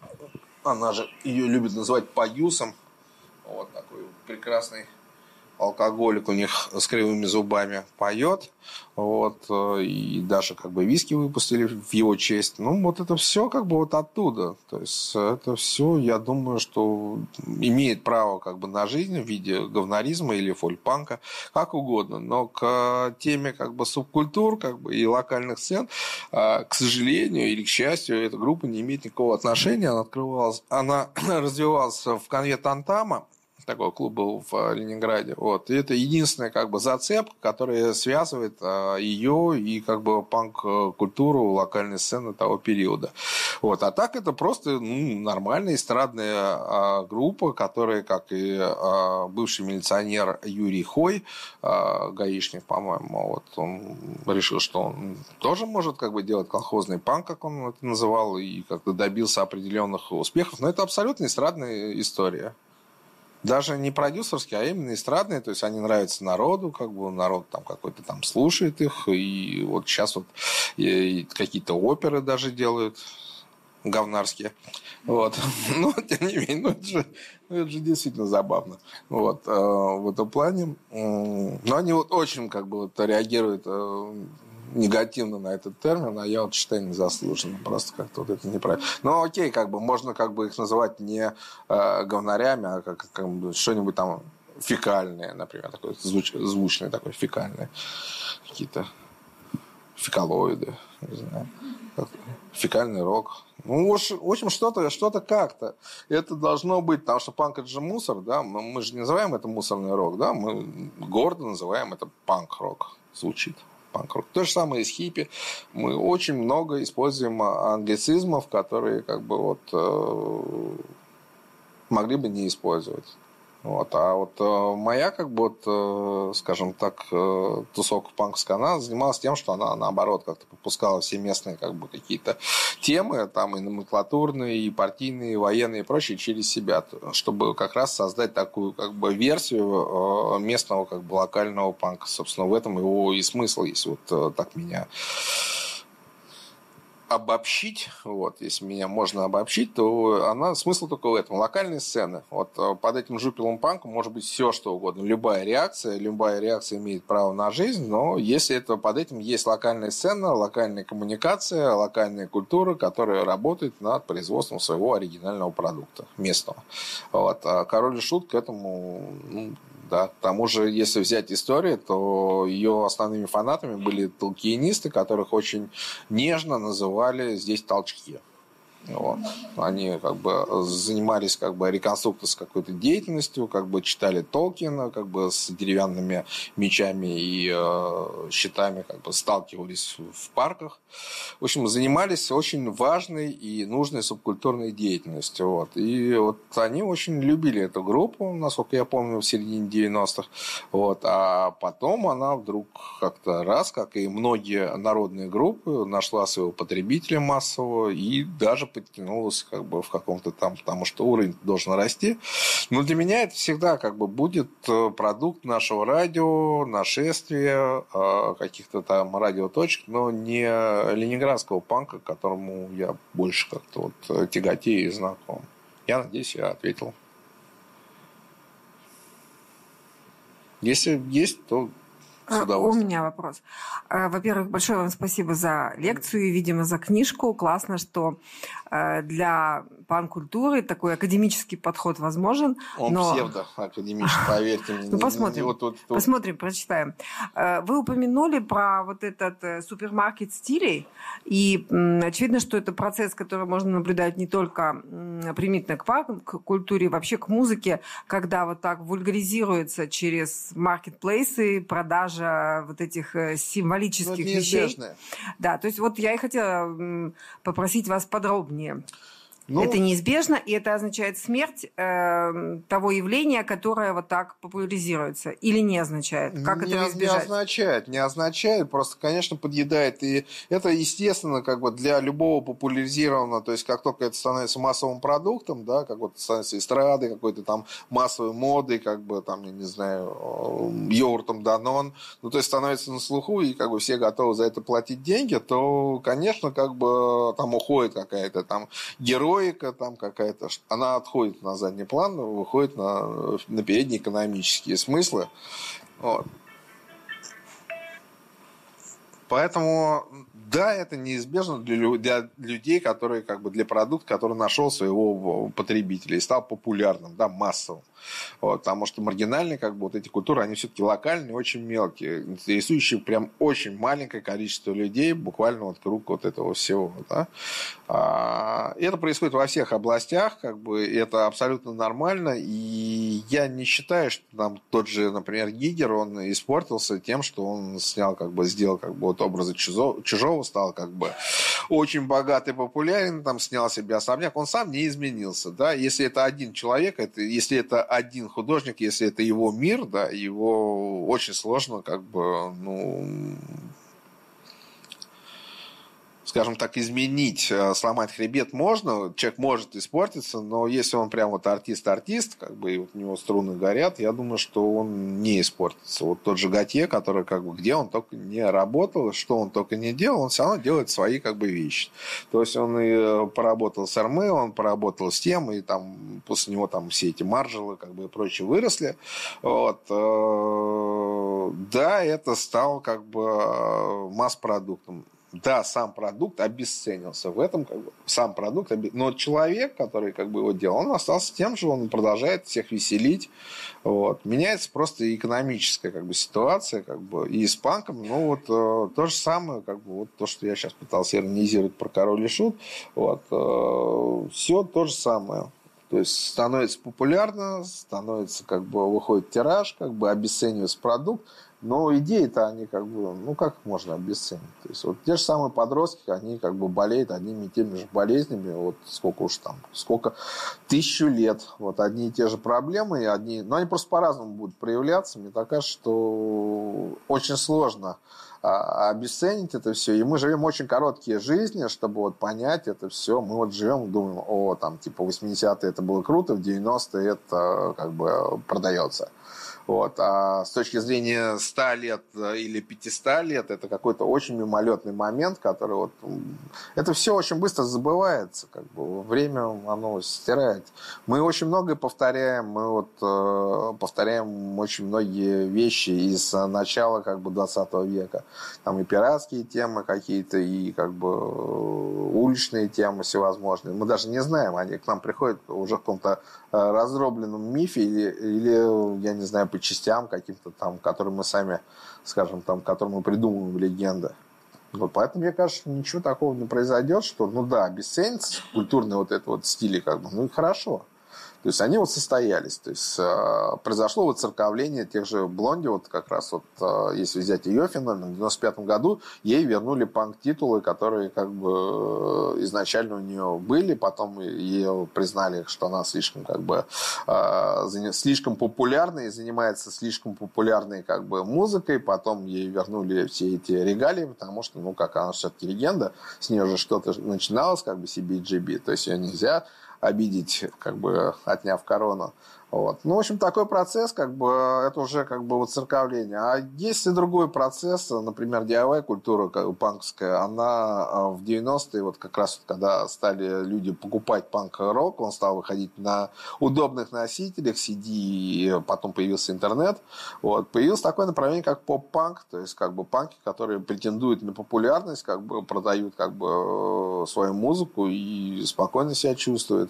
она же ее любят называть Паюсом. Вот такой прекрасный алкоголик у них с кривыми зубами поет. Вот, и даже как бы виски выпустили в его честь. Ну, вот это все как бы вот оттуда. То есть это все, я думаю, что имеет право как бы на жизнь в виде говнаризма или фольк-панка, как угодно. Но к теме как бы субкультур как бы, и локальных сцен, к сожалению или к счастью, эта группа не имеет никакого отношения. Она открывалась, она развивалась в конве Тантама. Такой клуб был в Ленинграде. Вот. И это единственная как бы зацепка, которая связывает а, ее и как бы панк-культуру локальной сцены того периода. Вот. А так это просто ну, нормальная эстрадная а, группа, которая, как и а, бывший милиционер Юрий Хой, а, гаишник, по-моему, вот, он решил, что он тоже может как бы делать колхозный панк, как он это называл, и как-то добился определенных успехов. Но это абсолютно эстрадная история. Даже не продюсерские, а именно эстрадные, то есть они нравятся народу, как бы народ там какой-то там слушает их, и вот сейчас вот и какие-то оперы даже делают говнарские, вот, но тем не менее, ну это же, это же действительно забавно, вот, в этом плане, но они вот очень как бы вот реагируют негативно на этот термин, а я вот считаю незаслуженно. Просто как-то вот это неправильно. Но окей, как бы можно как бы их называть не э, говнарями, а как, как бы что-нибудь там фекальное, например, такое звуч, звучное такое фекальное. Какие-то фекалоиды, не знаю. Фекальный рок. Ну, в общем, что-то, что-то как-то. Это должно быть, потому что панк это же мусор, да, мы, мы же не называем это мусорный рок, да, мы гордо называем это панк-рок. Звучит. Панк-рок. То же самое и с хиппи. Мы очень много используем англицизмов, которые как бы вот э, могли бы не использовать. Вот. А вот э, моя, как бы, вот, э, скажем так, э, тусовка панковская, она занималась тем, что она, наоборот, как-то попускала все местные, как бы, какие-то темы, там, и номенклатурные, и партийные, и военные, и прочее, через себя, чтобы как раз создать такую, как бы, версию э, местного, как бы, локального панка. Собственно, в этом его и смысл, если вот э, так меня обобщить, вот, если меня можно обобщить, то она, смысл только в этом. Локальные сцены. Вот под этим жупелом панком может быть все, что угодно. Любая реакция, любая реакция имеет право на жизнь, но если это под этим есть локальная сцена, локальная коммуникация, локальная культура, которая работает над производством своего оригинального продукта местного. Вот. А Король и Шут к этому... Ну, да. К тому же, если взять историю, то ее основными фанатами были толкиенисты, которых очень нежно называли здесь толчки. Вот. Они как бы занимались как бы реконструкторской какой-то деятельностью, как бы читали Толкина, как бы с деревянными мечами и э, щитами как бы сталкивались в парках. В общем, занимались очень важной и нужной субкультурной деятельностью. Вот. И вот они очень любили эту группу, насколько я помню, в середине девяностых. Вот. А потом она вдруг как-то раз, как и многие народные группы, нашла своего потребителя массового и даже подтянулась как бы в каком-то там, потому что уровень должен расти. Но для меня это всегда как бы будет продукт нашего радио, нашествия, каких-то там радиоточек, но не ленинградского панка, к которому я больше как-то вот тяготею и знаком. Я надеюсь, я ответил. Если есть, то с удовольствием. У меня вопрос. Во-первых, большое вам спасибо за лекцию и, видимо, за книжку. Классно, что для панк-культуры такой академический подход возможен. Он но... псевдо-академический, поверьте мне. Ну, посмотрим. Посмотрим, прочитаем. Вы упомянули про вот этот супермаркет стилей. И очевидно, что это процесс, который можно наблюдать не только примитивно к панк-культуре, вообще к музыке, когда вот так вульгаризируется через маркетплейсы, продажи вот этих символических вещей. Да, то есть вот я и хотела попросить вас подробнее. Ну, это неизбежно, и это означает смерть э, того явления, которое вот так популяризируется, или не означает? Как не, это избежать? Не означает, не означает, просто, конечно, подъедает. И это, естественно, как бы для любого популяризированного, то есть как только это становится массовым продуктом, да, как вот становится эстрадой, какой-то там массовой модой, как бы там, я не знаю, йогуртом Данон, ну, то есть становится на слуху, и как бы все готовы за это платить деньги, то, конечно, как бы там уходит какая-то там герой, там какая-то, она отходит на задний план, выходит на, на передние экономические смыслы. Вот. Поэтому, да, это неизбежно для, для людей, которые, как бы, для продукта, который нашел своего потребителя и стал популярным, да, массовым. Вот, потому что маргинальные, как бы, вот эти культуры, они все-таки локальные, очень мелкие, интересующие прям очень маленькое количество людей, буквально вот круг вот этого всего. Да? А, это происходит во всех областях, как бы, и это абсолютно нормально, и я не считаю, что там тот же, например, Гигер, он испортился тем, что он снял, как бы, сделал, как бы, вот образы Чужого, Чужого стал, как бы, очень богатый, популярен, там снял себе особняк, он сам не изменился, да, если это один человек, это, если это один художник, если это его мир, да, его очень сложно, как бы, ну, скажем так, изменить, сломать хребет можно, человек может испортиться, но если он прям вот артист-артист, как бы, и вот у него струны горят, я думаю, что он не испортится. Вот тот же Готье, который, как бы, где он только не работал, что он только не делал, он все равно делает свои, как бы, вещи. То есть он и поработал с Эрме, он поработал с тем, и там после него там все эти маржелы, как бы, и прочее выросли. Вот. Да, это стал, как бы, масс-продуктом. Да, сам продукт обесценился в этом, как бы, сам продукт, но человек, который, как бы, его делал, он остался тем же, он продолжает всех веселить. Вот. Меняется просто экономическая, как бы, ситуация, как бы, и с панком, ну вот э, то же самое, как бы, вот то, что я сейчас пытался иронизировать про Король и Шут, вот, э, все то же самое. То есть становится популярно, становится, как бы, выходит тираж, как бы обесценивается продукт, но идеи-то они, как бы, ну как можно обесценить? То есть вот те же самые подростки, они, как бы, болеют одними и теми же болезнями, вот сколько уж там, сколько, тысячу лет, вот одни и те же проблемы, и одни, но они просто по-разному будут проявляться. Мне так кажется, что очень сложно обесценить это все. И мы живем очень короткие жизни, чтобы вот понять это все. Мы вот живем, думаем, о, там, типа, восьмидесятые это было круто, в девяностые это, как бы, продается. Вот. А с точки зрения ста лет или пятисот лет, это какой-то очень мимолетный момент, который вот... Это все очень быстро забывается. Как бы. Время оно стирает. Мы очень многое повторяем. Мы вот э, повторяем очень многие вещи из начала, как бы, двадцатого века. Там и пиратские темы какие-то, и, как бы, уличные темы всевозможные. Мы даже не знаем. Они к нам приходят уже в каком-то раздробленном мифе или, или, я не знаю, по частям каким-то там, которые мы сами, скажем, там, которые мы придумываем легенды. Вот поэтому, мне кажется, ничего такого не произойдет, что, ну да, обесценится культурный вот этот вот стиль, как бы, ну и хорошо. То есть они вот состоялись. То есть э, произошло воцерковление тех же Блонди, вот как раз вот, э, если взять ее феномен, в девяносто пятом году ей вернули панк-титулы, которые, как бы, изначально у нее были, потом ее признали, что она слишком, как бы, э, слишком популярна и занимается слишком популярной, как бы, музыкой, потом ей вернули все эти регалии, потому что, ну как, она все-таки легенда, с нее же что-то начиналось, как бы, си би джи би, то есть ее нельзя обидеть, как бы, отняв корону. Вот. Ну, в общем, такой процесс, как бы, это уже, как бы, воцерковление. А есть и другой процесс, например, ди ай вай-культура, как бы, панковская, она в девяностые, вот как раз, когда стали люди покупать панк-рок, он стал выходить на удобных носителях, си ди, и потом появился интернет, вот, появилось такое направление, как поп-панк, то есть, как бы, панки, которые претендуют на популярность, как бы, продают, как бы, свою музыку и спокойно себя чувствуют.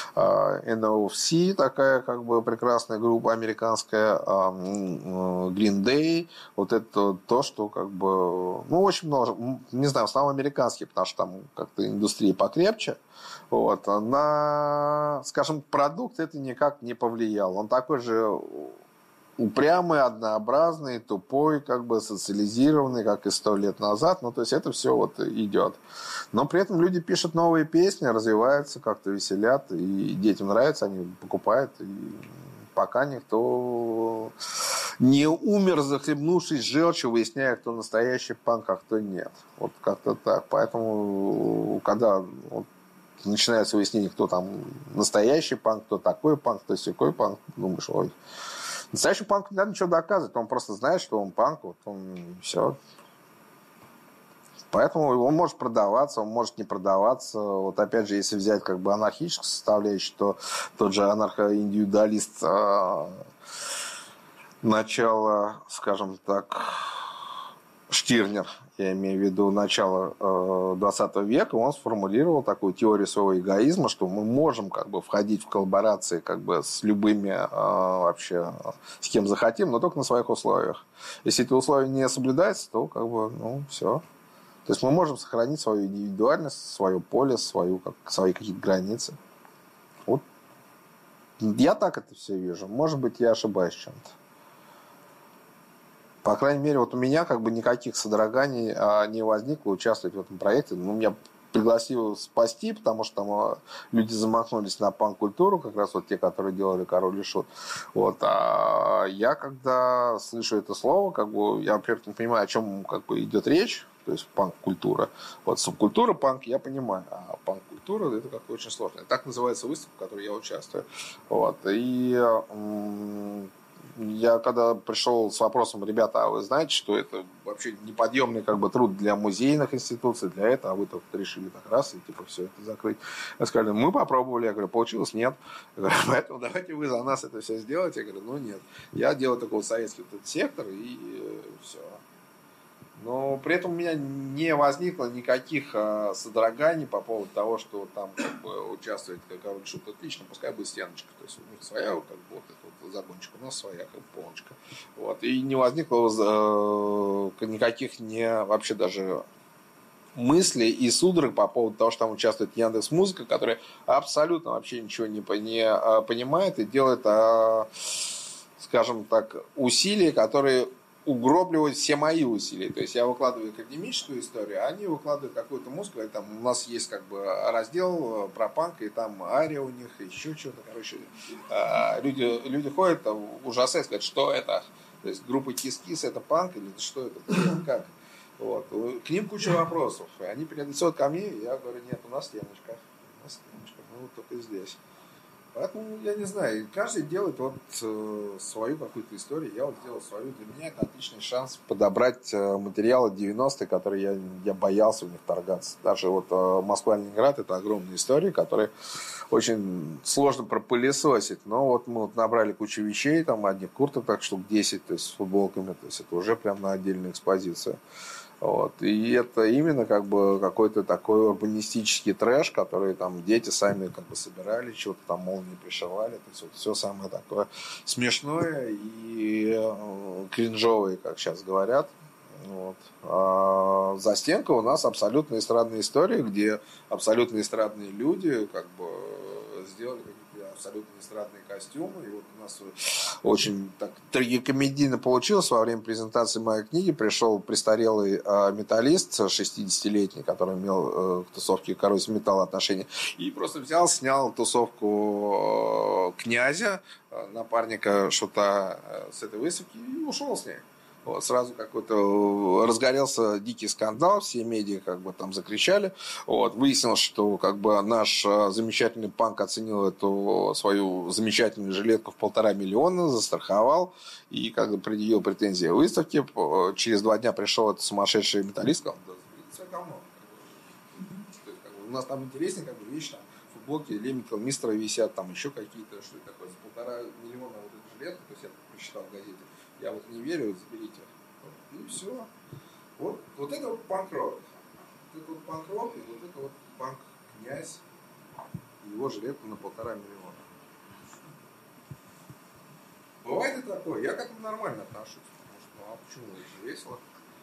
эн оф си такая, как бы, прекрасная группа американская, Green Day, вот это то, что, как бы, ну, очень много, не знаю, в основном американские, потому что там как-то индустрия покрепче, вот, на, скажем, продукт это никак не повлиял, он такой же упрямый, однообразный, тупой, как бы социализированный, как и сто лет назад. Ну, то есть это все вот идет. Но при этом люди пишут новые песни, развиваются, как-то веселят, и детям нравится, они покупают. И пока никто не умер, захлебнувшись желчью, выясняя, кто настоящий панк, а кто нет. Вот как-то так. Поэтому, когда вот начинается выяснение, кто там настоящий панк, кто такой панк, кто сякой панк, думаешь, ой, настоящему панку не надо ничего доказывать, он просто знает, что он панк, вот он все. Поэтому он может продаваться, он может не продаваться. Вот опять же, если взять, как бы, анархическую составляющую, то тот же анархоиндивидуалист э, начала, скажем так, Штирнер, я имею в виду начало двадцатого века, он сформулировал такую теорию своего эгоизма, что мы можем, как бы, входить в коллаборации, как бы, с любыми э, вообще, с кем захотим, но только на своих условиях. Если эти условия не соблюдаются, то, как бы, ну, все. То есть мы можем сохранить свою индивидуальность, свое поле, свою, как, свои какие-то границы. Вот. Я так это все вижу. Может быть, я ошибаюсь в чем-то. По крайней мере, вот у меня, как бы, никаких содроганий а, не возникло участвовать в этом проекте. Ну, меня пригласил спасти, потому что там а, люди замахнулись на панк-культуру, как раз вот те, которые делали «Король и Шут». Вот. А я, когда слышу это слово, как бы, я, во-первых, не понимаю, о чем, как бы, идет речь. То есть панк-культура. Вот субкультура панк я понимаю, а панк-культура это как-то очень сложно. Так называется выставка, в которой я участвую. Вот. И м- я когда пришел с вопросом, ребята, а вы знаете, что это вообще неподъемный, как бы, труд для музейных институций, для этого, а вы тут решили так раз и типа все это закрыть. Я сказали, мы попробовали, я говорю, получилось нет. Я говорю, поэтому давайте вы за нас это все сделаете. Я говорю, ну нет. Я делаю такой советский вот этот сектор и э, все. Но при этом у меня не возникло никаких а, содроганий по поводу того, что там, как бы, участвует Король и Шут. Отлично, пускай будет стеночка. То есть у них своя, как бы, вот эта вот загончик, у нас своя, как бы, полочка. Вот. И не возникло э, никаких не, вообще даже мыслей и судорог по поводу того, что там участвует Яндекс.Музыка, которая абсолютно вообще ничего не, не понимает и делает, скажем так, усилия, которые угробливают все мои усилия. То есть я выкладываю академическую историю, а они выкладывают какую-то музыку. И там у нас есть как бы раздел про панк, и там ария у них, еще что-то. Короче, люди, люди ходят, там, ужасают, сказать, что это. То есть группа Кис-Кис это панк или что это? Как? Вот. К ним куча вопросов. И они передают ко мне, и я говорю, нет, у нас темочка. У нас темочка. Ну, вот только здесь. Поэтому, я не знаю, каждый делает вот э, свою какую-то историю, я вот сделал свою. Для меня это отличный шанс подобрать э, материалы девяностых, которые я, я боялся в них торгаться. Даже вот э, Москва-Ленинград — это огромные истории, которые очень сложно пропылесосить. Но вот мы вот набрали кучу вещей, там одних курток, так штук десять, то есть с футболками, то есть это уже прям на отдельную экспозицию. Вот. И это именно как бы какой-то такой урбанистический трэш, который там дети сами как бы собирали, что-то там молнии пришивали. То есть вот все самое такое смешное и э, кринжовое, как сейчас говорят. Вот. А застенка у нас абсолютно эстрадная история, где абсолютно эстрадные люди как бы сделали какие-то абсолютно эстрадные костюмы. И вот у нас очень так трагикомедийно получилось. Во время презентации моей книги пришел престарелый э, металлист шестидесятилетний, который имел э, к тусовке «Коррозия металла» отношения, и просто взял, снял тусовку э, князя, э, напарника шута э, с этой выставки и ушел с ней. Вот, сразу какой-то разгорелся дикий скандал, все медиа как бы там закричали. Вот, выяснилось, что как бы наш замечательный панк оценил эту свою замечательную жилетку в полтора миллиона, застраховал и как бы предъявил претензии выставки. Через два дня пришел этот сумасшедший металлист, сказал, да, все говно. То есть, как бы, у нас там интереснее как бы вещи, там, футболки, Лемитл, Мистера висят, там еще какие-то, что это такое, за полтора миллиона вот эту жилетку, то есть я прочитал в газете. Я вот не верю, заберите. И все. Вот, вот это вот панк-рок. Вот это вот панк-рок, и вот это вот панк-князь. И его жилетка на полтора миллиона. Бывает и такое. Я к этому нормально отношусь. Потому что, ну а почему? Это же весело.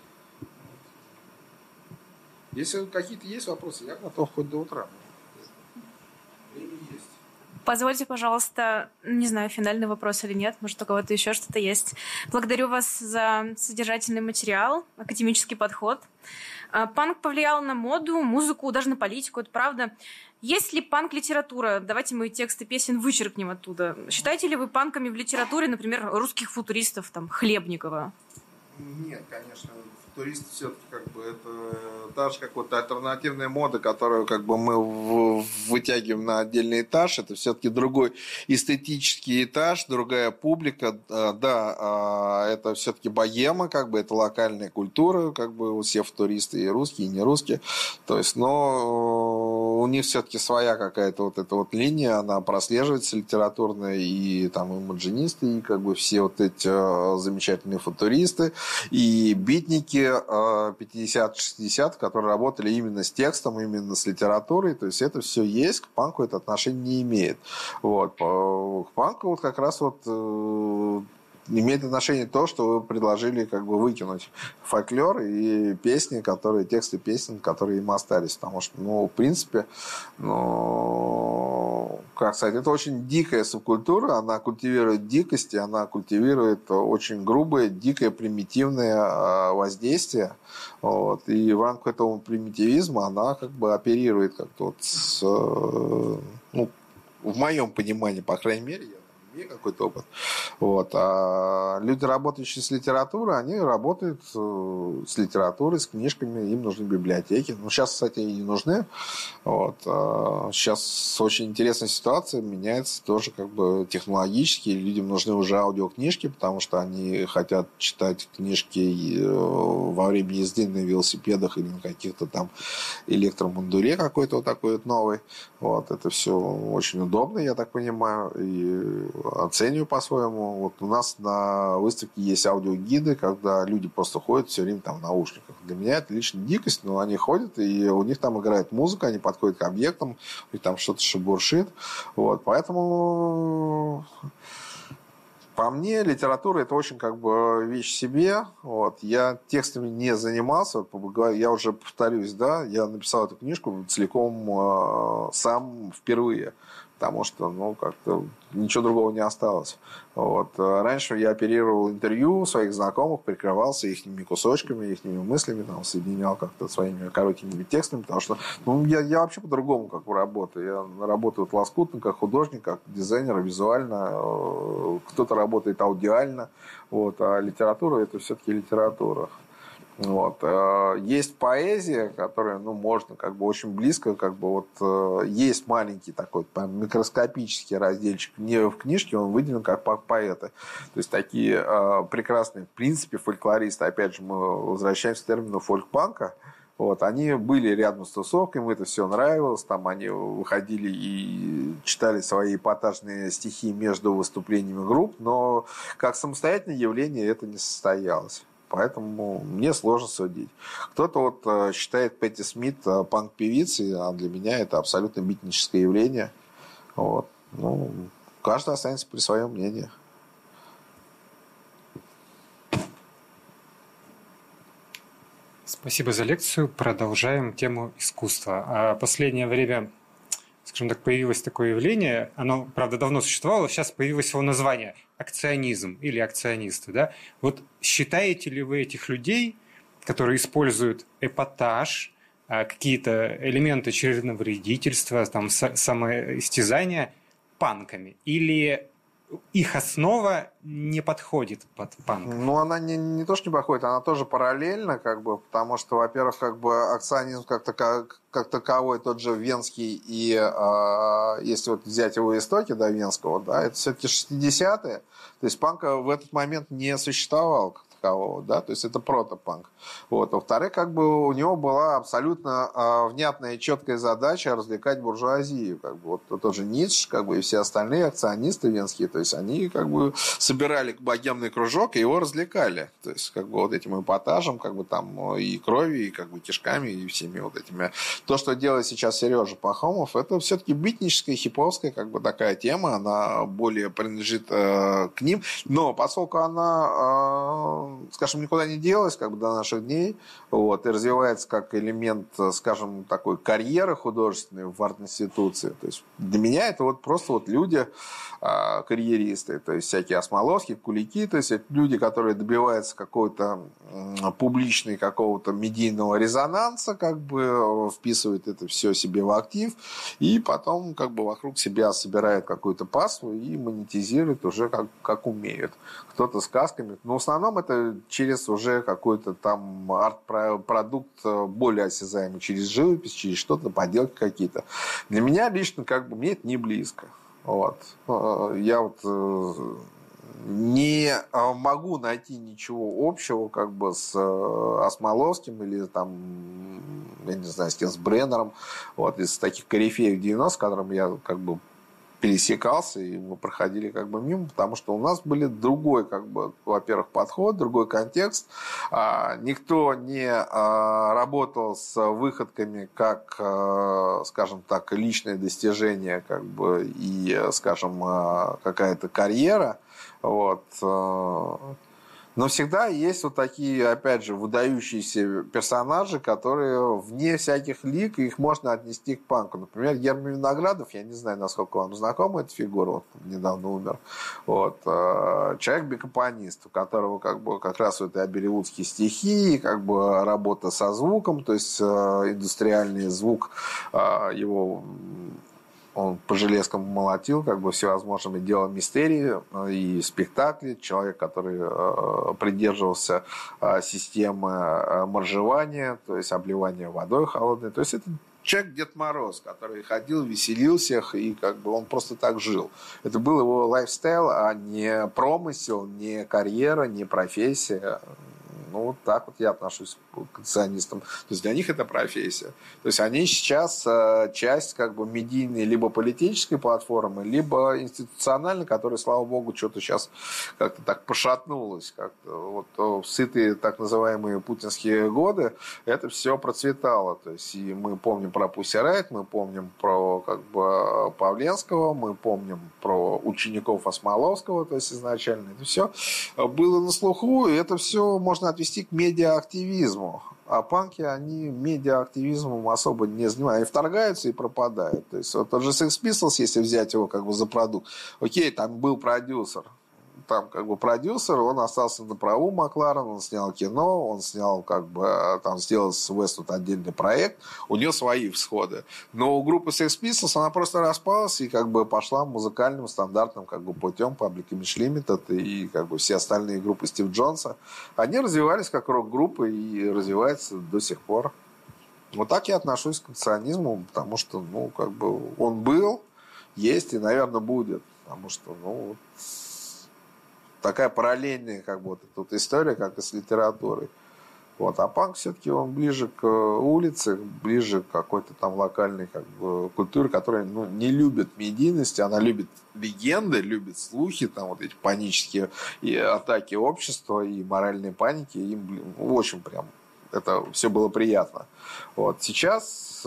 Если какие-то есть вопросы, я готов хоть до утра. Время есть. Позвольте, пожалуйста, не знаю, финальный вопрос или нет, может, у кого-то еще что-то есть. Благодарю вас за содержательный материал, академический подход. Панк повлиял на моду, музыку, даже на политику, это правда. Есть ли панк-литература? Давайте мы тексты песен вычеркнем оттуда. Считаете ли вы панками в литературе, например, русских футуристов, там, Хлебникова? Нет, конечно. Туристы все-таки как бы это та же какая-то альтернативная мода, которую как бы мы в, вытягиваем на отдельный этаж. Это все-таки другой эстетический этаж, другая публика. Да, это все-таки богема, как бы это локальная культура, как бы все туристы и русские, и не русские. То есть, но у них все-таки своя какая-то вот эта вот линия, она прослеживается литературная, и там имаджинисты, и как бы все вот эти замечательные футуристы, и битники пятидесятых-шестидесятых, которые работали именно с текстом, именно с литературой, то есть это все есть, к панку это отношение не имеет. Вот. К панку вот как раз вот имеет отношение то, что вы предложили как бы выкинуть фольклор и песни, которые, тексты песен, которые им остались. Потому что, ну, в принципе, ну, как сказать, это очень дикая субкультура, она культивирует дикости, она культивирует очень грубое, дикое, примитивное воздействие. Вот. И в рамках этого примитивизма она как бы оперирует как-то вот с, ну, в моем понимании, по крайней мере, я имею какой-то опыт. Вот. А люди, работающие с литературой, они работают с литературой, с книжками, им нужны библиотеки. Ну, сейчас, кстати, и не нужны. Вот. А сейчас очень интересная ситуация, меняется тоже как бы технологически. Людям нужны уже аудиокнижки, потому что они хотят читать книжки во время езды на велосипедах или на каких-то там электромундуре какой-то вот такой вот новый. Вот. Это все очень удобно, я так понимаю, и оцениваю по-своему. Вот у нас на выставке есть аудиогиды, когда люди просто ходят все время там в наушниках. Для меня это лично дикость, но они ходят, и у них там играет музыка, они подходят к объектам, у них там что-то шебуршит. Вот. Поэтому По мне, литература – это очень как бы вещь в себе. Вот. Я текстами не занимался. Я уже повторюсь, да, я написал эту книжку целиком э, сам впервые. Потому что, ну, как-то ничего другого не осталось. Вот. Раньше я оперировал интервью своих знакомых, прикрывался их кусочками, их мыслями, там, соединял как-то своими коротенькими текстами, потому что ну, я, я вообще по-другому как бы работаю. Я работаю вот лоскутно, как художник, как дизайнер, визуально. Кто-то работает аудиально. Вот. А литература – это все-таки литература. Вот. Есть поэзия, которая, ну, можно как бы очень близко, как бы вот есть маленький такой микроскопический разделчик не в книжке, он выделен как поэты. То есть такие э, прекрасные, в принципе, фольклористы, опять же, мы возвращаемся к термину фольк-панка. Вот, они были рядом с тусовкой, им это все нравилось, там они выходили и читали свои эпатажные стихи между выступлениями групп, но как самостоятельное явление это не состоялось. Поэтому мне сложно судить. Кто-то вот считает Пэтти Смит панк-певицей, а для меня это абсолютно битническое явление. Вот. Ну, каждый останется при своем мнении. Спасибо за лекцию. Продолжаем тему искусства. Последнее время, скажем так, появилось такое явление, оно, правда, давно существовало, сейчас появилось его название – акционизм или акционисты. Да? Вот считаете ли вы этих людей, которые используют эпатаж, какие-то элементы чревовредительства, там, самоистязания панками? Или их основа не подходит под панк? Ну, она не, не то, что не подходит, она тоже параллельна, как бы, потому что, во-первых, как бы акционизм как, тако, как таковой, тот же венский, и э, если вот взять его истоки, да, венского, да, это все-таки шестидесятые, то есть панка в этот момент не существовал как такового, да, то есть это протопанк. Вот. Во-вторых, как бы у него была абсолютно э, внятная и четкая задача развлекать буржуазию, как бы, вот тот же Ницше, как бы, и все остальные акционисты венские, то есть они, как бы, собирали богемный кружок и его развлекали, то есть, как бы, вот этим эпатажем, как бы, там, и кровью, и, как бы, кишками, и всеми вот этими. То, что делает сейчас Сережа Пахомов, это все-таки битническая, хиповская, как бы, такая тема, она более принадлежит э, к ним, но поскольку она, э, скажем, никуда не делась, как бы, до наших дней, вот, и развивается как элемент, скажем, такой карьеры художественной в арт-институции, то есть для меня это вот просто вот люди, э, карьеристы, то есть всякие Осмоловские, Кулики, то есть это люди, которые добиваются какого-то публичного какого-то медийного резонанса, как бы вписывают это все себе в актив, и потом как бы вокруг себя собирают какую-то паству и монетизируют уже как, как умеют. Кто-то сказками, но в основном это через уже какой-то там арт-продукт более осязаемый, через живопись, через что-то, поделки какие-то. Для меня лично как бы мне это не близко. Вот. Я вот не могу найти ничего общего как бы с Осмоловским или там, я не знаю, с кем, с Бреннером, вот, из таких корифеев девяностых, с которым я как бы пересекался, и мы проходили как бы мимо, потому что у нас были другой, как бы, во-первых, подход, другой контекст. Никто не работал с выходками как, скажем так, личное достижение, как бы, и, скажем, какая-то карьера. Вот. Но всегда есть вот такие, опять же, выдающиеся персонажи, которые вне всяких лик, и их можно отнести к панку. Например, Герман Виноградов, я не знаю, насколько вам знакома эта фигура, вот, недавно умер. Вот. Человек-бикопонист, у которого как бы как раз вот и абелевудские стихи, как бы работа со звуком, то есть индустриальный звук его... Он по железкам молотил, как бы всевозможными делал мистерии и спектакли. Человек, который э, придерживался э, системы моржевания, то есть обливания водой холодной. То есть это человек Дед Мороз, который ходил, веселил всех, и как бы он просто так жил. Это был его лайфстайл, а не промысел, не карьера, не профессия. Ну, вот так вот я отношусь к акционистам. То есть для них это профессия. То есть они сейчас часть как бы медийной либо политической платформы, либо институциональной, которая, слава богу, что-то сейчас как-то так пошатнулась. Как-то вот в сытые так называемые путинские годы это все процветало. То есть и мы помним про Pussy Riot, мы помним про как бы Павленского, мы помним про учеников Осмоловского, то есть изначально это все было на слуху, и это все можно отвести к медиа-активизму. А панки, они медиа-активизмом особо не занимаются. Они вторгаются и пропадают. То есть вот тот же Sex Pistols, если взять его как бы за продукт, окей, там был продюсер. Там как бы продюсер, он остался на праву Макларен, он снял кино, он снял как бы, там сделал с Westwood отдельный проект, у него свои всходы. Но у группы Sex Pistols она просто распалась и как бы пошла музыкальным стандартным как бы путем, Public Image Limited и как бы все остальные группы Стив Джонса. Они развивались как рок-группы и развиваются до сих пор. Вот так я отношусь к акционизму, потому что, ну, как бы он был, есть и, наверное, будет. Потому что, ну, такая параллельная как бы вот эта вот история, как и с литературой. Вот. А панк все-таки он ближе к улице, ближе к какой-то там локальной как бы культуре, которая ну, не любит медийности, она любит легенды, любит слухи, там вот эти панические и атаки общества, и моральные паники. Им блин, очень прям это все было приятно. Вот. Сейчас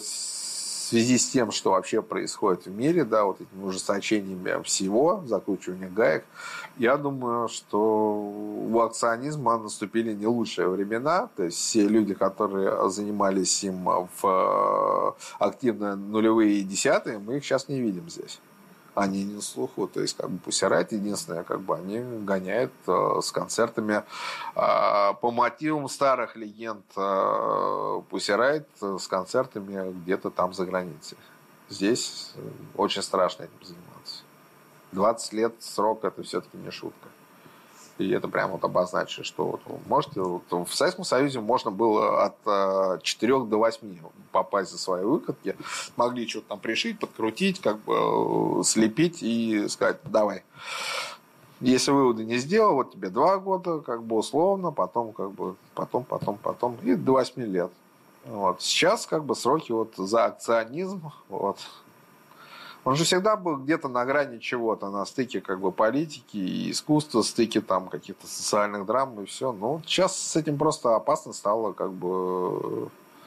в связи с тем, что вообще происходит в мире, да, вот этими ужесточениями всего, закручиванием гаек, я думаю, что у акционизма наступили не лучшие времена. То есть все люди, которые занимались им в активно нулевые и десятые, мы их сейчас не видим здесь. Они не на слуху. То есть, как бы Pussy Riot единственное, как бы они гоняют э, с концертами э, по мотивам старых легенд э, Pussy Riot с концертами где-то там за границей. Здесь очень страшно этим заниматься. двадцать лет срок это все-таки не шутка. И это прямо вот обозначит, что вот вы можете, вот в Советском Союзе можно было от четырёх до восьми попасть за свои выкатки, могли что-то там пришить, подкрутить, как бы слепить и сказать, давай. Если выводы не сделал, вот тебе два года, как бы условно, потом, как бы, потом, потом, потом, и до восьми лет. Вот. Сейчас, как бы, сроки вот за акционизм, вот. Он же всегда был где-то на грани чего-то, на стыке как бы политики и искусства, стыке там каких-то социальных драм и все. Но сейчас с этим просто опасно стало как бы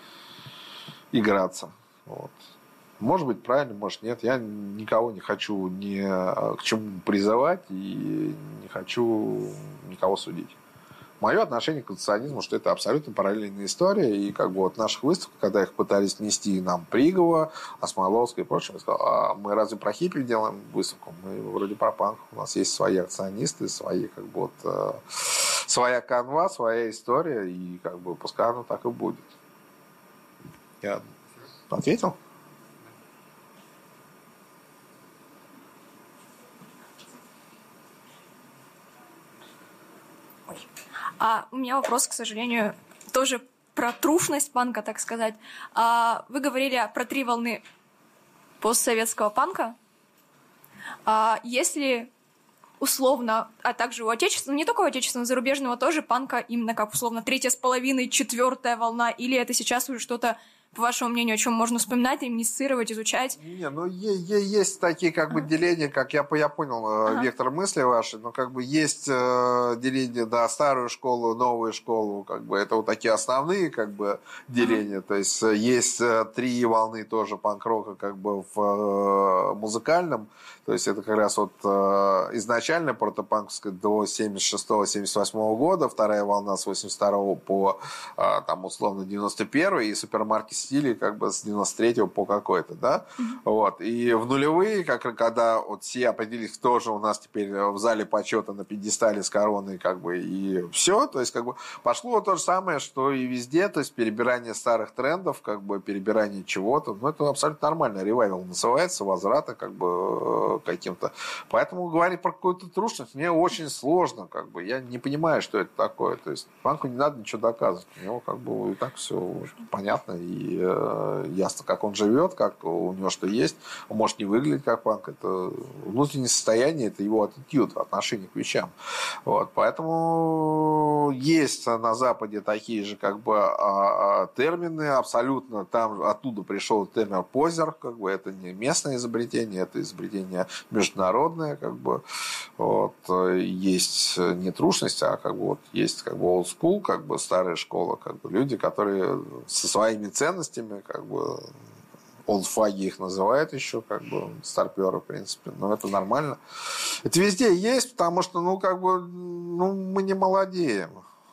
играться. Вот. Может быть правильно, может нет. Я никого не хочу ни к чему призывать и не хочу никого судить. Мое отношение к акционизму, что это абсолютно параллельная история. И как бы вот наших выставок, когда их пытались нести нам Пригова, Осмоловская и прочее, я сказал, а мы разве про хиппи делаем выставку? Мы вроде про панк. У нас есть свои акционисты, свои как бы вот э, своя канва, своя история. И как бы пускай оно так и будет. Я ответил? А у меня вопрос, к сожалению, тоже про трушность панка, так сказать. А вы говорили про три волны постсоветского панка. А если условно, а также у отечественного, не только у отечественного, зарубежного тоже панка именно как условно третья с половиной, четвертая волна, или это сейчас уже что-то, по вашему мнению, о чем можно вспоминать, реминисцировать, изучать? Не, ну е- е- есть такие как бы деления, как я, я понял ага. вектор мысли ваши, но как бы есть э, деление на старую школу, новую школу, как бы это вот такие основные как бы деления. Ага. То есть есть э, три волны тоже панк-рока как бы в э, музыкальном. То есть это как раз вот э, изначально протопанковская до семьдесят шестого - семьдесят восьмого года, вторая волна с восемьдесят второго по э, там условно девяносто первый и супермаркет стилей как бы с девяносто третьего по какой-то, да, mm-hmm. вот, и в нулевые, как, когда вот все определились, кто же у нас теперь в зале почета на пьедестале с короной, как бы, и все, то есть, как бы, пошло то же самое, что и везде, то есть, перебирание старых трендов, как бы, перебирание чего-то, ну, это абсолютно нормально, ревайвал называется, возврата, как бы, каким-то, поэтому говорить про какую-то трушность мне очень сложно, как бы, я не понимаю, что это такое, то есть, панку не надо ничего доказывать, у него, как бы, и так все понятно, и и э, ясно, как он живет, как у него что есть. Он может не выглядеть как панк. Это внутреннее состояние, это его attitude, отношение к вещам. Вот. Поэтому есть на Западе такие же как бы термины абсолютно. Там оттуда пришел термин позер, как бы это не местное изобретение, это изобретение международное, как бы. Вот. Есть не трушность, а как бы вот есть как бы old school, как бы старая школа, как бы люди, которые со своими ценностями, как бы олдфаги их называют еще, как бы старперы, в принципе, но это нормально. Это везде есть, потому что, ну, как бы, ну, мы не молодеем.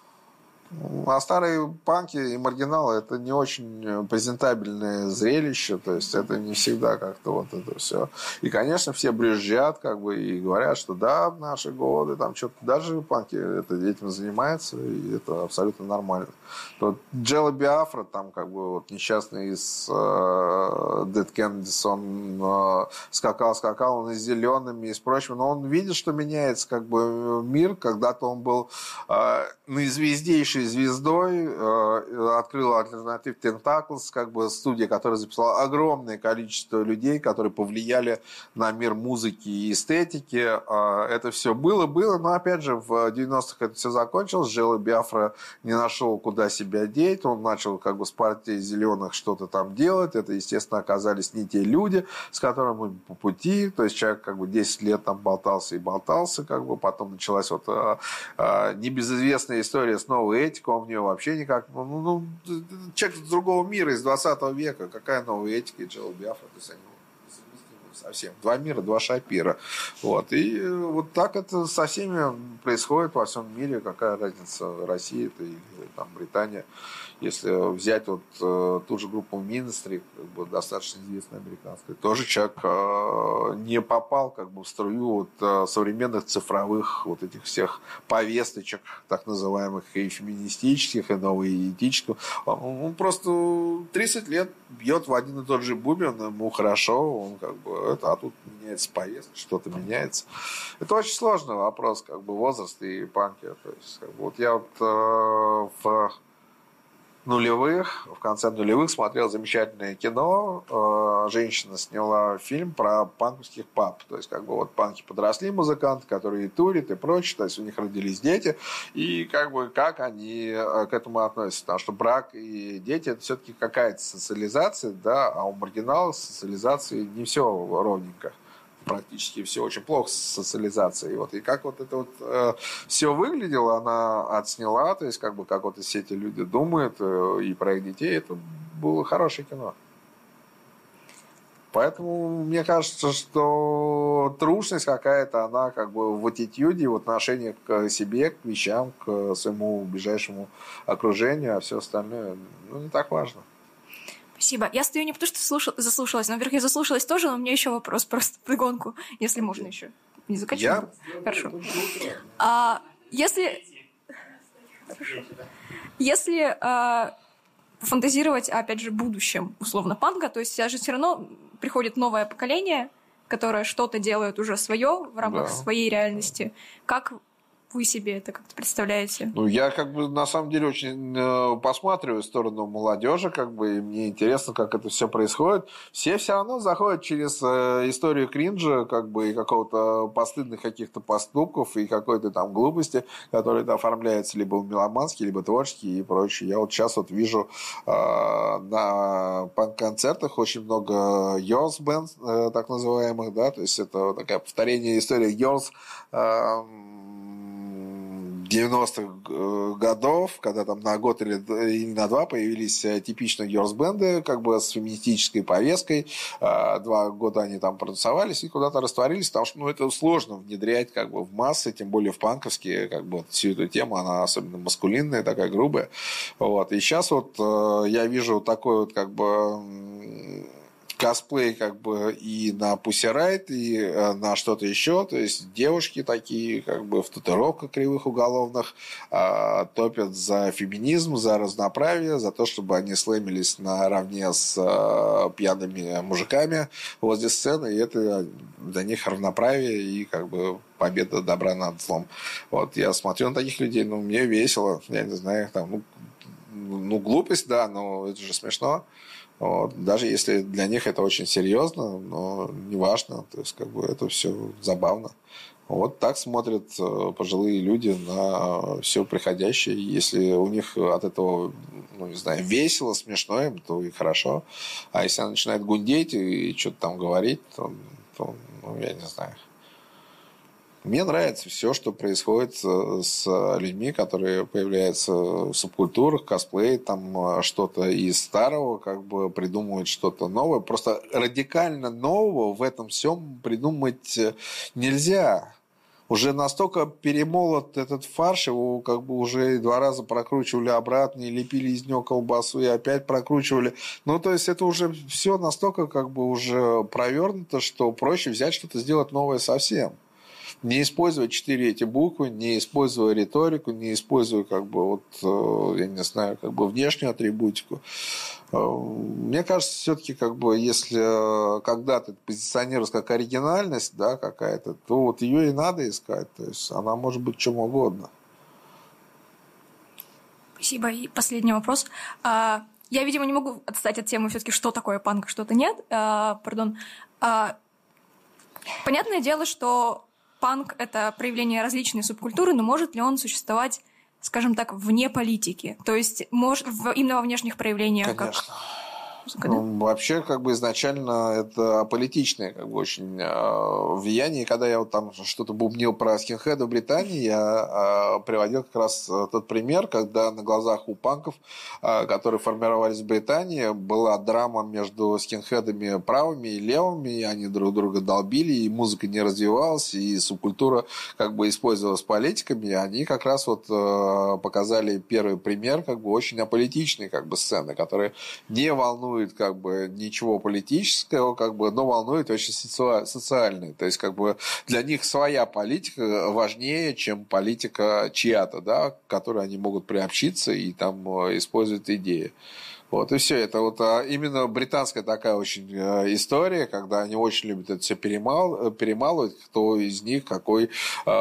А старые панки и маргиналы это не очень презентабельное зрелище, то есть это не всегда как-то вот это все. И, конечно, все брюзжат, как бы, и говорят, что да, в наши годы там что-то, даже панки это, этим занимаются, и это абсолютно нормально. Вот Джелла Биафра, там, как бы, вот несчастный из э, Dead Kennedys, он э, скакал, скакал, он и с зелеными, и с прочим, но он видит, что меняется, как бы, мир. Когда-то он был э, наизвездейший звездой, э, открыл Alternative Tentacles, как бы студия, которая записала огромное количество людей, которые повлияли на мир музыки и эстетики. Э, это все было, было, но опять же в девяностых это все закончилось. Джелла Биафра не нашел, куда себя деть, он начал как бы с партией зеленых что-то там делать. Это, естественно, оказались не те люди, с которыми мы по пути. То есть человек как бы десять лет там болтался и болтался, как бы потом началась вот э, э, небезызвестная история с новой этикой. Он в нее вообще никак... Ну, ну, человек с другого мира, из двадцатого века. Какая новая этика? И Джелла Биафра, то есть они совсем. Два мира, два шапира. Вот. И вот так это со всеми происходит во всем мире. Какая разница, Россия это или там, Британия. Если взять вот э, ту же группу Ministry, как бы достаточно известная американская, тоже человек э, не попал как бы в струю вот, э, современных цифровых вот этих всех повесточек, так называемых и феминистических, и новоэтических. Он, он просто тридцать лет бьет в один и тот же бубен, ему хорошо, он как бы это, а тут меняется повестка, что-то меняется. Это очень сложный вопрос, как бы возраст и панки. То есть, как бы, вот я вот э, в нулевых, в конце нулевых смотрел замечательное кино. Женщина сняла фильм про панковских пап. То есть, как бы вот панки подросли, музыканты, которые и турят, и прочее. То есть, у них родились дети. И как бы как они к этому относятся. Потому что брак и дети это все-таки какая-то социализация, да, а у маргиналов с социализацией не все ровненько. Практически все очень плохо с социализацией. Вот. И как вот это вот э, все выглядело, она отсняла, то есть как бы как вот все эти люди думают э, и про их детей, это было хорошее кино. Поэтому мне кажется, что трушность какая-то, она как бы в аттитюде, в отношении к себе, к вещам, к своему ближайшему окружению, а все остальное ну, не так важно. Спасибо. Я стою не потому, что слушал, заслушалась, но, во-первых, я заслушалась тоже, но у меня еще вопрос просто вдогонку, если можно еще. Не закачу? Я? Хорошо. А, если... Хорошо. Если а, фантазировать, опять же, будущем, условно, панка, то есть сейчас же все равно приходит новое поколение, которое что-то делает уже свое в рамках да. своей реальности. Как вы себе это как-то представляете? Ну, я как бы на самом деле очень э, посматриваю в сторону молодежи, как бы, и мне интересно, как это все происходит. Все все равно заходят через э, историю кринжа, как бы, и какого-то постыдных каких-то поступков, и какой-то там глупости, которые оформляются либо меломанские, либо творческие и прочее. Я вот сейчас вот вижу э, на панк-концертах очень много girls band, э, так называемых, да, то есть это такая повторение истории girls, э, девяностых годов, когда там на год или, или на два появились типичные гёрлс-бенды, как бы с феминистической повесткой. Два года они там продюсовались и куда-то растворились, потому что ну, это сложно внедрять как бы в массы, тем более в панковские, как бы вот, всю эту тему, она особенно маскулинная, такая грубая. Вот. И сейчас вот я вижу такой вот как бы косплей как бы и на Pussy Riot, и э, на что-то еще. То есть девушки такие как бы в татуировках кривых уголовных э, топят за феминизм, за разноправие, за то, чтобы они слэмились наравне с э, пьяными мужиками возле сцены. И это для них равноправие и как бы победа добра над злом. Вот я смотрю на таких людей, ну мне весело, я не знаю, там, ну, ну, глупость, да, но это же смешно. Вот. Даже если для них это очень серьезно, но неважно, то есть как бы это все забавно. Вот так смотрят пожилые люди на все приходящее. Если у них от этого, ну, не знаю, весело, смешно им, то и хорошо. А если она начинает гундеть и что-то там говорить, то, то ну, я не знаю. Мне нравится все, что происходит с людьми, которые появляются в субкультурах, косплей, там что-то из старого, как бы придумывают что-то новое. Просто радикально нового в этом всем придумать нельзя. Уже настолько перемолот этот фарш, его как бы уже два раза прокручивали обратно, и лепили из него колбасу, и опять прокручивали. Ну, то есть, это уже все настолько как бы уже провернуто, что проще взять что-то, сделать новое совсем. Не используя четыре эти буквы, не используя риторику, не используя, как бы, вот, я не знаю, как бы внешнюю атрибутику. Мне кажется, все-таки, как бы, если когда-то это позиционировалось как оригинальность, да, какая-то, то вот ее и надо искать. То есть она может быть чем угодно. Спасибо. И последний вопрос. Я, видимо, не могу отстать от темы все-таки, что такое панк, что-то нет. Пардон. Понятное дело, что панк — это проявление различной субкультуры, но может ли он существовать, скажем так, вне политики? То есть может, в, именно во внешних проявлениях? Конечно. Как... Ну, вообще, как бы изначально это аполитичное, как бы, очень э, влияние. И когда я вот там что-то бубнил про скинхеда в Британии, я э, приводил как раз тот пример, когда на глазах у панков, э, которые формировались в Британии, была драма между скинхедами правыми и левыми, и они друг друга долбили, и музыка не развивалась, и субкультура как бы использовалась политиками, и они как раз вот э, показали первый пример, как бы, очень аполитичной, как бы, сцены, которые не волнуют, как бы, ничего политического, как бы, но волнует очень социальное. То есть, как бы, для них своя политика важнее, чем политика чья-то, да, к которой они могут приобщиться и там использовать идеи. Вот, и все. Это вот а, именно британская такая очень а, история, когда они очень любят это все перемал, перемалывать, кто из них какой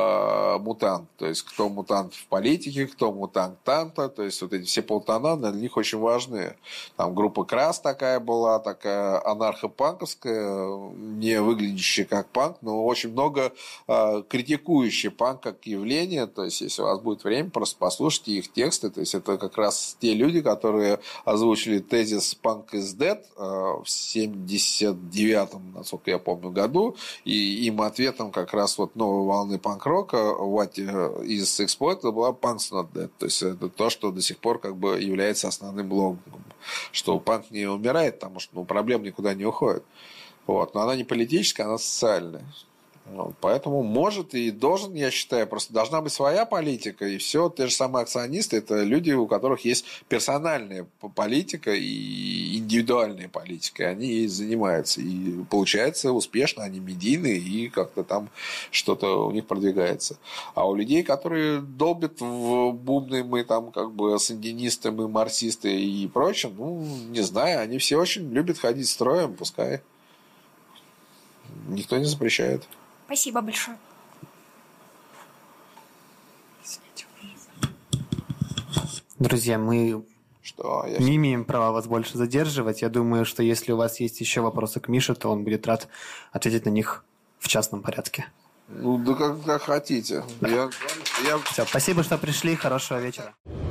а, мутант. То есть, кто мутант в политике, кто мутант там-то. То есть, вот эти все полтона для них очень важны. Там группа Крас такая была, такая анархопанковская, не выглядящая как панк, но очень много а, критикующий панк как явление. То есть, если у вас будет время, просто послушайте их тексты. То есть, это как раз те люди, которые озвучивают тезис «Punk is dead» в семьдесят девятом, насколько я помню, году, и им ответом как раз вот новой волны панк-рока What is Exploited была «Punk's not dead». То есть это то, что до сих пор как бы является основным лозунгом, что панк не умирает, потому что, ну, проблем никуда не уходит. Вот. Но она не политическая, она социальная. Вот, поэтому может и должен, я считаю, просто должна быть своя политика, и все. Те же самые акционисты – это люди, у которых есть персональная политика и индивидуальная политика, и они ей занимаются. И получается успешно, они медийные, и как-то там что-то у них продвигается. А у людей, которые долбят в бубны, мы там как бы сандинисты, мы марксисты и прочее, ну, не знаю, они все очень любят ходить строем, пускай. Никто не запрещает. Спасибо большое. Друзья, мы что, я... не имеем права вас больше задерживать. Я думаю, что если у вас есть еще вопросы к Мише, то он будет рад ответить на них в частном порядке. Ну, да как, как хотите. Я, я... Все, спасибо, что пришли. Хорошего вечера.